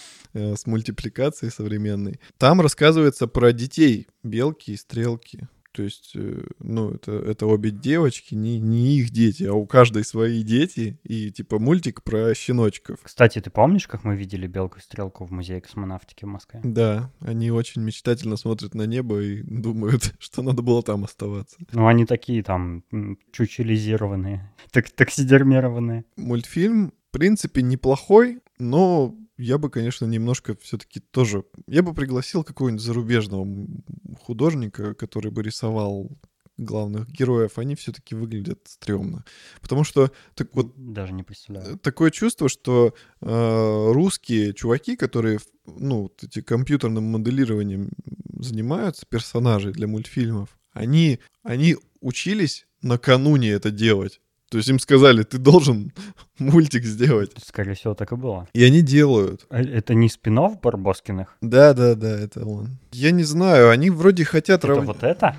с мультипликацией современной. Там рассказывается про детей белки и стрелки. То есть, ну, это, это обе девочки, не, не их дети, а у каждой свои дети. И типа мультик про щеночков. Кстати, ты помнишь, как мы видели белку и стрелку в музее космонавтики в Москве? Да, они очень мечтательно смотрят на небо и думают, что надо было там оставаться. Ну, они такие там чучелизированные, так, таксидермированные. Мультфильм, в принципе, неплохой, но я бы, конечно, немножко все-таки тоже... Я бы пригласил какого-нибудь зарубежного художника, который бы рисовал главных героев. Они все-таки выглядят стрёмно. Потому что... Так вот, даже не представляю. Такое чувство, что э, русские чуваки, которые, ну, вот эти компьютерным моделированием занимаются, персонажей для мультфильмов, они, они учились накануне это делать. То есть им сказали, ты должен мультик сделать. Скорее всего, так и было. И они делают. Это не спин-офф Барбоскиных? Да, да, да, это он. Я не знаю, они вроде хотят... Это рав... вот это?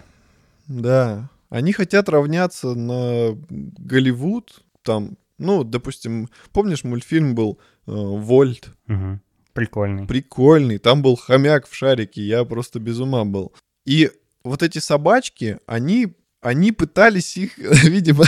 Да. Они хотят равняться на Голливуд. Там, ну, допустим, помнишь, мультфильм был э, «Вольт»? Угу. Прикольный. Прикольный. Там был хомяк в шарике, я просто без ума был. И вот эти собачки, они, они пытались их, видимо...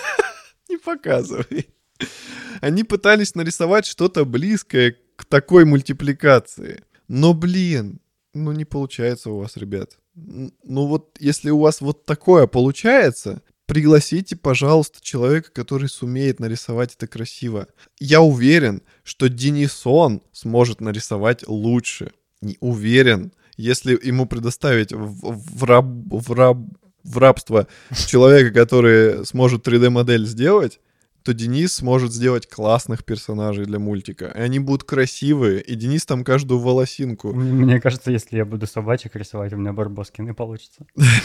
Не показывай. Они пытались нарисовать что-то близкое к такой мультипликации. Но, блин, ну не получается у вас, ребят. Ну вот, если у вас вот такое получается, пригласите, пожалуйста, человека, который сумеет нарисовать это красиво. Я уверен, что Денисон сможет нарисовать лучше. Не уверен. Если ему предоставить в, в, раб, в, раб, в рабство человека, который сможет три дэ-модель сделать, то Денис сможет сделать классных персонажей для мультика. И они будут красивые, и Денис там каждую волосинку. Мне кажется, если я буду собачек рисовать, у меня Барбоскины получится.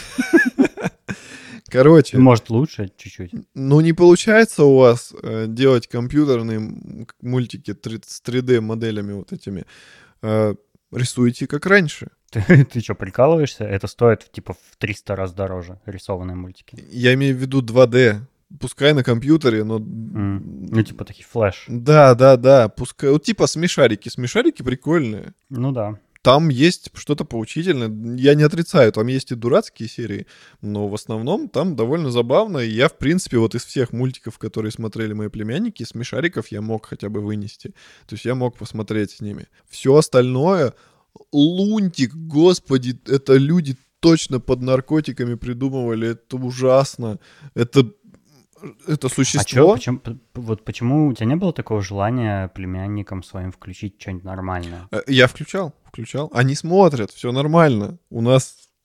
Короче. Может, лучше чуть-чуть. Ну, не получается у вас э, делать компьютерные мультики с три дэ-моделями вот этими. Э, рисуйте как раньше. Ты, ты что, прикалываешься? Это стоит типа в триста раз дороже рисованные мультики. Я имею в виду два дэ. Пускай на компьютере, но... Mm. Ну, типа такие флэш. Да, да, да. Пускай... Вот типа смешарики. Смешарики прикольные. Ну да. Там есть что-то поучительное. Я не отрицаю, там есть и дурацкие серии, но в основном там довольно забавно. И я, в принципе, вот из всех мультиков, которые смотрели мои племянники, смешариков я мог хотя бы вынести. То есть я мог посмотреть с ними. Все остальное... Лунтик, господи, это люди точно под наркотиками придумывали. Это ужасно. Это... Это существо... А чё, почему, вот почему у тебя не было такого желания племянникам своим включить что-нибудь нормальное? Я включал, включал. Они смотрят, все нормально. У нас,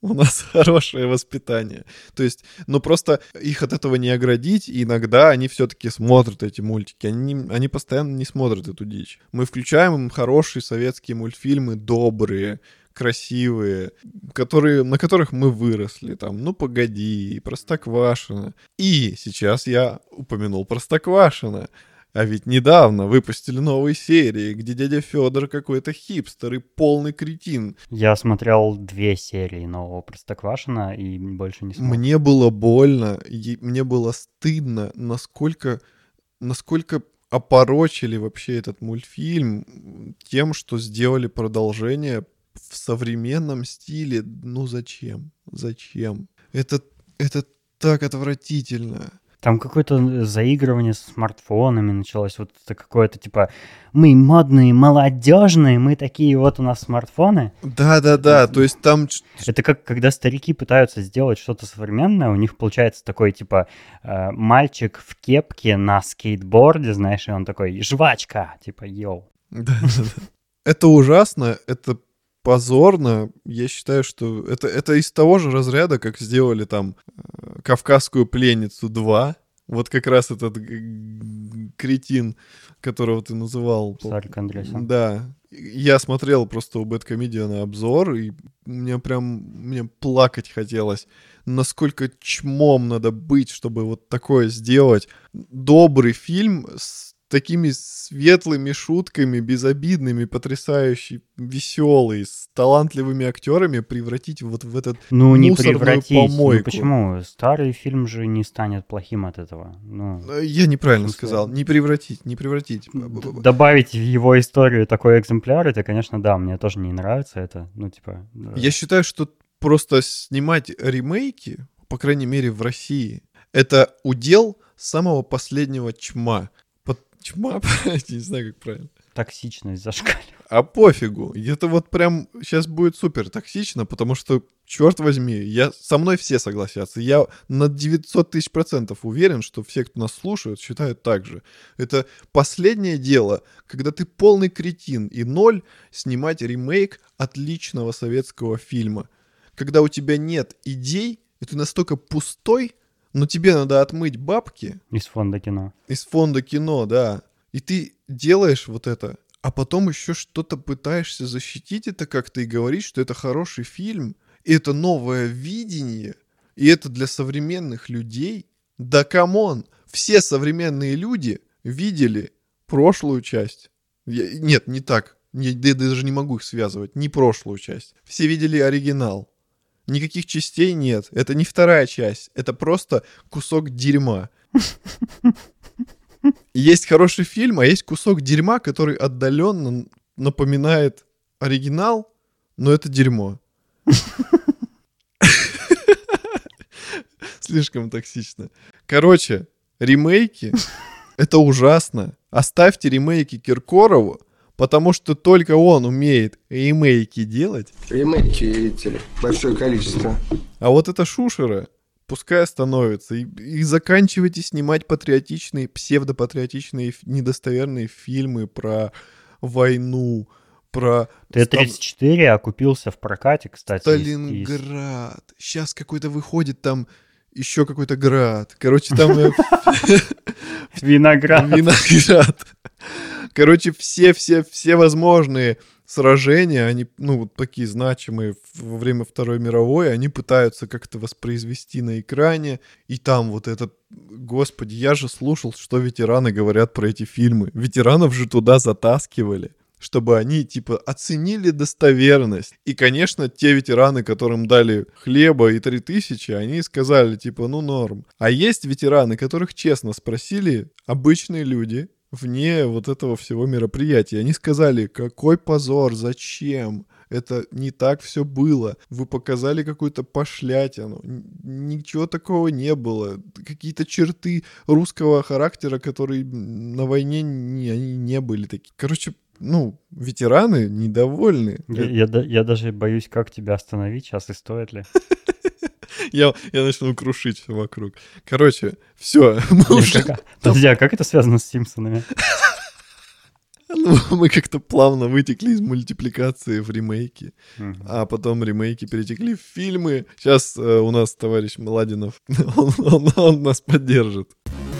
у нас хорошее воспитание. То есть, ну просто их от этого не оградить, и иногда они все-таки смотрят эти мультики, они, они постоянно не смотрят эту дичь. Мы включаем им хорошие советские мультфильмы, добрые, красивые, которые, на которых мы выросли, там, «Ну, погоди», «Простоквашино». И сейчас я упомянул «Простоквашино». А ведь недавно выпустили новые серии, где дядя Федор какой-то хипстер и полный кретин. Я смотрел две серии нового «Простоквашино» и больше не смог. Мне было больно, и мне было стыдно, насколько, насколько опорочили вообще этот мультфильм тем, что сделали продолжение в современном стиле. Ну зачем? Зачем? Это, это так отвратительно. Там какое-то заигрывание с смартфонами началось, вот это какое-то типа мы модные, молодежные, мы такие, вот у нас смартфоны. Да-да-да, то есть там... Это как когда старики пытаются сделать что-то современное, у них получается такой типа э, мальчик в кепке на скейтборде, знаешь, и он такой жвачка, типа йоу. Да-да-да. Это ужасно, это позорно. Я считаю, что это, это из того же разряда, как сделали там э, «Кавказскую пленницу два». Вот как раз этот кретин, которого ты называл. Сарик Андреасян. Да. Я смотрел просто у Бэдкомедиана обзор, и мне прям мне плакать хотелось. Насколько чмом надо быть, чтобы вот такое сделать. Добрый фильм с такими светлыми шутками, безобидными, потрясающий, веселый, с талантливыми актерами превратить вот в этот ну, не мусорную превратить. помойку. Ну почему? Старый фильм же не станет плохим от этого. Ну, я неправильно сказал. Не превратить, не превратить. Добавить в его историю такой экземпляр, это, конечно, да, мне тоже не нравится это. Ну, типа... Я считаю, что просто снимать ремейки, по крайней мере, в России, это удел самого последнего чма. Чма, не знаю, как правильно. Токсичность зашкаливает. А пофигу. Это вот прям сейчас будет супер токсично, потому что, черт возьми, я, со мной все согласятся. Я на девятьсот тысяч процентов уверен, что все, кто нас слушают, считают так же. Это последнее дело, когда ты полный кретин и ноль снимать ремейк отличного советского фильма. Когда у тебя нет идей, и ты настолько пустой, но тебе надо отмыть бабки. Из фонда кино. Из фонда кино, да. И ты делаешь вот это, а потом еще что-то пытаешься защитить это как-то и говорить, что это хороший фильм, и это новое видение, и это для современных людей. Да камон, все современные люди видели прошлую часть. Я, нет, не так. Я, я даже не могу их связывать. Не прошлую часть. Все видели оригинал. Никаких частей нет. Это не вторая часть. Это просто кусок дерьма. Есть хороший фильм, а есть кусок дерьма, который отдаленно напоминает оригинал, но это дерьмо. Слишком токсично. Короче, ремейки — это ужасно. Оставьте ремейки Киркорову, потому что только он умеет ремейки делать. Ремейки, видите ли, большое количество. А вот это Шушера пускай остановится. И, и заканчивайте снимать патриотичные, псевдопатриотичные, недостоверные фильмы про войну, про... Т тридцать четыре окупился в прокате, кстати. Сталинград. Из... Сейчас какой-то выходит там еще какой-то град. Короче, там... Виноград. Виноград. Короче, все-все-все возможные сражения, они, ну, вот такие значимые во время Второй мировой, они пытаются как-то воспроизвести на экране. И там вот этот... Господи, я же слушал, что ветераны говорят про эти фильмы. Ветеранов же туда затаскивали, чтобы они, типа, оценили достоверность. И, конечно, те ветераны, которым дали хлеба и три тысячи, они сказали, типа, ну, норм. А есть ветераны, которых честно спросили обычные люди вне вот этого всего мероприятия. Они сказали, какой позор, зачем? Это не так все было. Вы показали какую-то пошлятину. Ничего такого не было. Какие-то черты русского характера, которые на войне не, они не были такие. Короче, ну, ветераны недовольны. Я, я, я даже боюсь, как тебя остановить сейчас и стоит ли. Я, я начну крушить все вокруг. Короче, все. Подожди, а как это связано с Симпсонами? Ну, мы как-то плавно вытекли из мультипликации в ремейки, Мгм. а потом ремейки перетекли в фильмы. Сейчас э, у нас товарищ Младинов, он, он- он нас поддержит.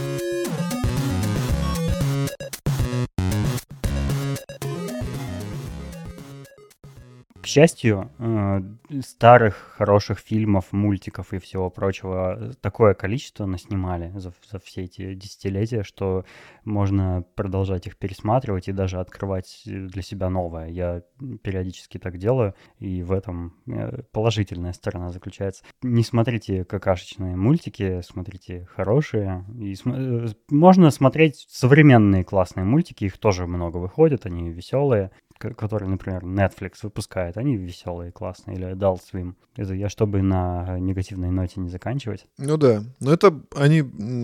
К счастью, э, старых хороших фильмов, мультиков и всего прочего э, такое количество наснимали за, за все эти десятилетия, что можно продолжать их пересматривать и даже открывать э, для себя новое. Я периодически так делаю, и в этом э, положительная сторона заключается. Не смотрите какашечные мультики, смотрите хорошие. И см- э, можно смотреть современные классные мультики, их тоже много выходит, они веселые, ко- которые, например, Netflix выпускает, они веселые, классные, или Adult Swim. Это я, чтобы на негативной ноте не заканчивать. Ну да, но это они,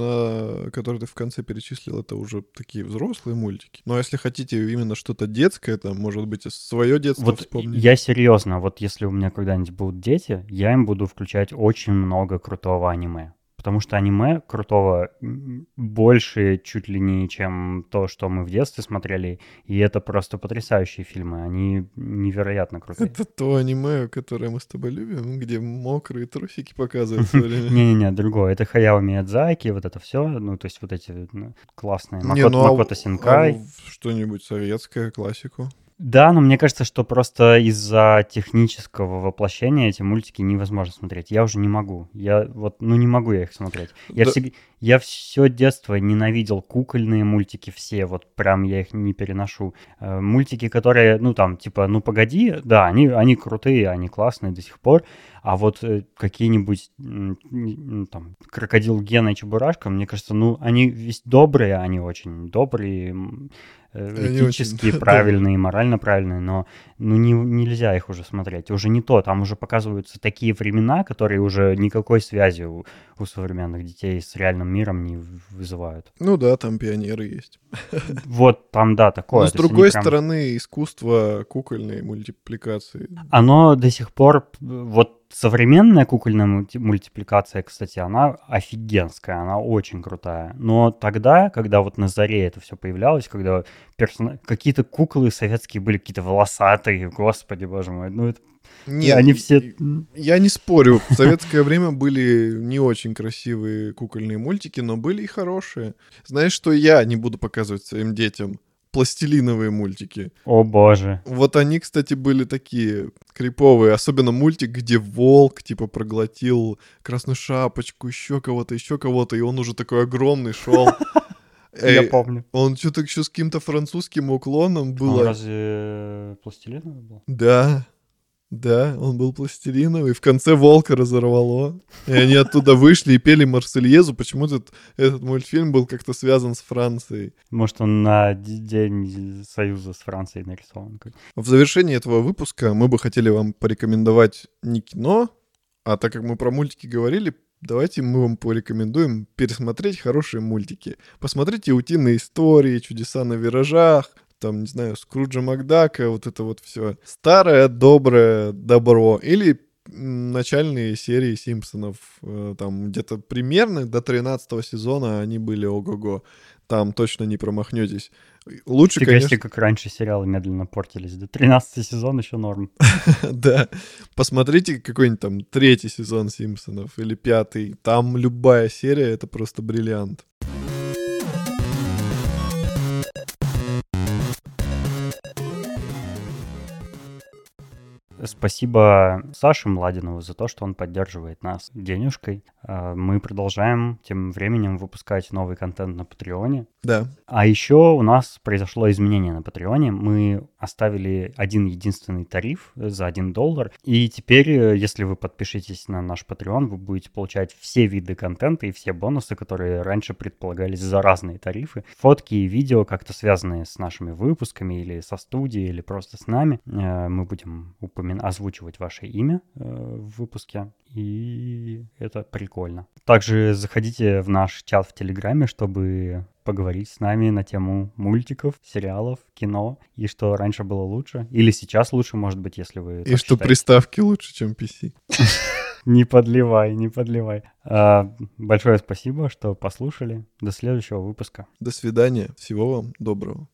на- которые ты в конце перечислил, это уже такие взрослые мультики. Но если хотите именно что-то детское, там, может быть, свое детство Вот вспомнить. я серьезно, вот если у меня когда-нибудь будут дети, я им буду включать очень много крутого аниме. Потому что аниме крутого м, больше чуть ли не, чем то, что мы в детстве смотрели. И это просто потрясающие фильмы. Они невероятно крутые. Это то аниме, которое мы с тобой любим, где мокрые трусики показывают все время. Не-не-не, другое. Это Хаяо Миядзаки, вот это все. Ну, то есть вот эти ну, классные. Не, Макото, ну а, Макото а Синкай. что-нибудь советское, классику. Да, но мне кажется, что просто из-за технического воплощения эти мультики невозможно смотреть. Я уже не могу. Я вот, ну не могу я их смотреть. Я, Да. всег- я все детство ненавидел кукольные мультики все, вот прям я их не переношу. Э, Мультики, которые, ну там, типа, ну погоди, да, они, они крутые, они классные до сих пор, а вот э, какие-нибудь, м, м, там, Крокодил Гена и Чебурашка, мне кажется, ну они весь добрые, они очень добрые, м, э, Они очень этические, добрые. правильные, морально правильные, но ну не, нельзя их уже смотреть. Уже не то, там уже показываются такие времена, которые уже никакой связи у, у современных детей с реальным миром не в- вызывают. Ну да, там пионеры есть. Вот там, да, такое. Но с То есть они другой прям- стороны, искусство кукольной мультипликации. Оно до сих пор, вот современная кукольная мульти- мультипликация, кстати, она офигенская, она очень крутая. Но тогда, когда вот на заре это все появлялось, когда персона- какие-то куклы советские были какие-то волосатые, господи, боже мой, ну это... Не, они все... и- я не спорю, в советское время были не очень красивые кукольные мультики, но были и хорошие. Знаешь, что я не буду показывать своим детям? Пластилиновые мультики. О боже. Вот они, кстати, были такие криповые. Особенно мультик, где волк, типа, проглотил Красную Шапочку, еще кого-то, еще кого-то, и он уже такой огромный шел. Я помню. Он что-то еще с каким-то французским уклоном Он было. разве пластилиновый был? Да, да, он был пластилиновый. В конце волка разорвало. И они оттуда вышли и пели Марсельезу. Почему-то этот, этот мультфильм был как-то связан с Францией. Может, он на д- День Союза с Францией нарисован. как- В завершении этого выпуска мы бы хотели вам порекомендовать не кино, а так как мы про мультики говорили, давайте мы вам порекомендуем пересмотреть хорошие мультики. Посмотрите «Утиные истории», «Чудеса на виражах», там, не знаю, Скруджа Макдака, вот это вот все. Старое, доброе добро. Или м, начальные серии «Симпсонов». Э, Там где-то примерно до тринадцатого сезона они были ого-го. Там точно не промахнетесь. Лучше, Фига конечно... себе, как раньше сериалы медленно портились. До тринадцатый сезон еще норм. Да, посмотрите какой-нибудь там третий сезон «Симпсонов» или пятый. Там любая серия — это просто бриллиант. Спасибо Саше Младинову за то, что он поддерживает нас денежкой. А, Мы продолжаем тем временем выпускать новый контент на Патреоне. Да, А еще у нас произошло изменение на Патреоне. Мы оставили один единственный тариф за один доллар. И теперь, э, если вы подпишетесь на наш Patreon, вы будете получать все виды контента и все бонусы, которые раньше предполагались за разные тарифы. Фотки и видео, как-то связанные с нашими выпусками или со студией, или просто с нами. Э, Мы будем упоминать, озвучивать ваше имя э, в выпуске. И это прикольно. Также заходите в наш чат в Телеграме, чтобы поговорить с нами на тему мультиков, сериалов, кино, и что раньше было лучше. Или сейчас лучше, может быть, если вы и так что считаете. приставки лучше, чем пи си. Не подливай, не подливай. А, большое спасибо, что послушали. До следующего выпуска. До свидания, всего вам доброго.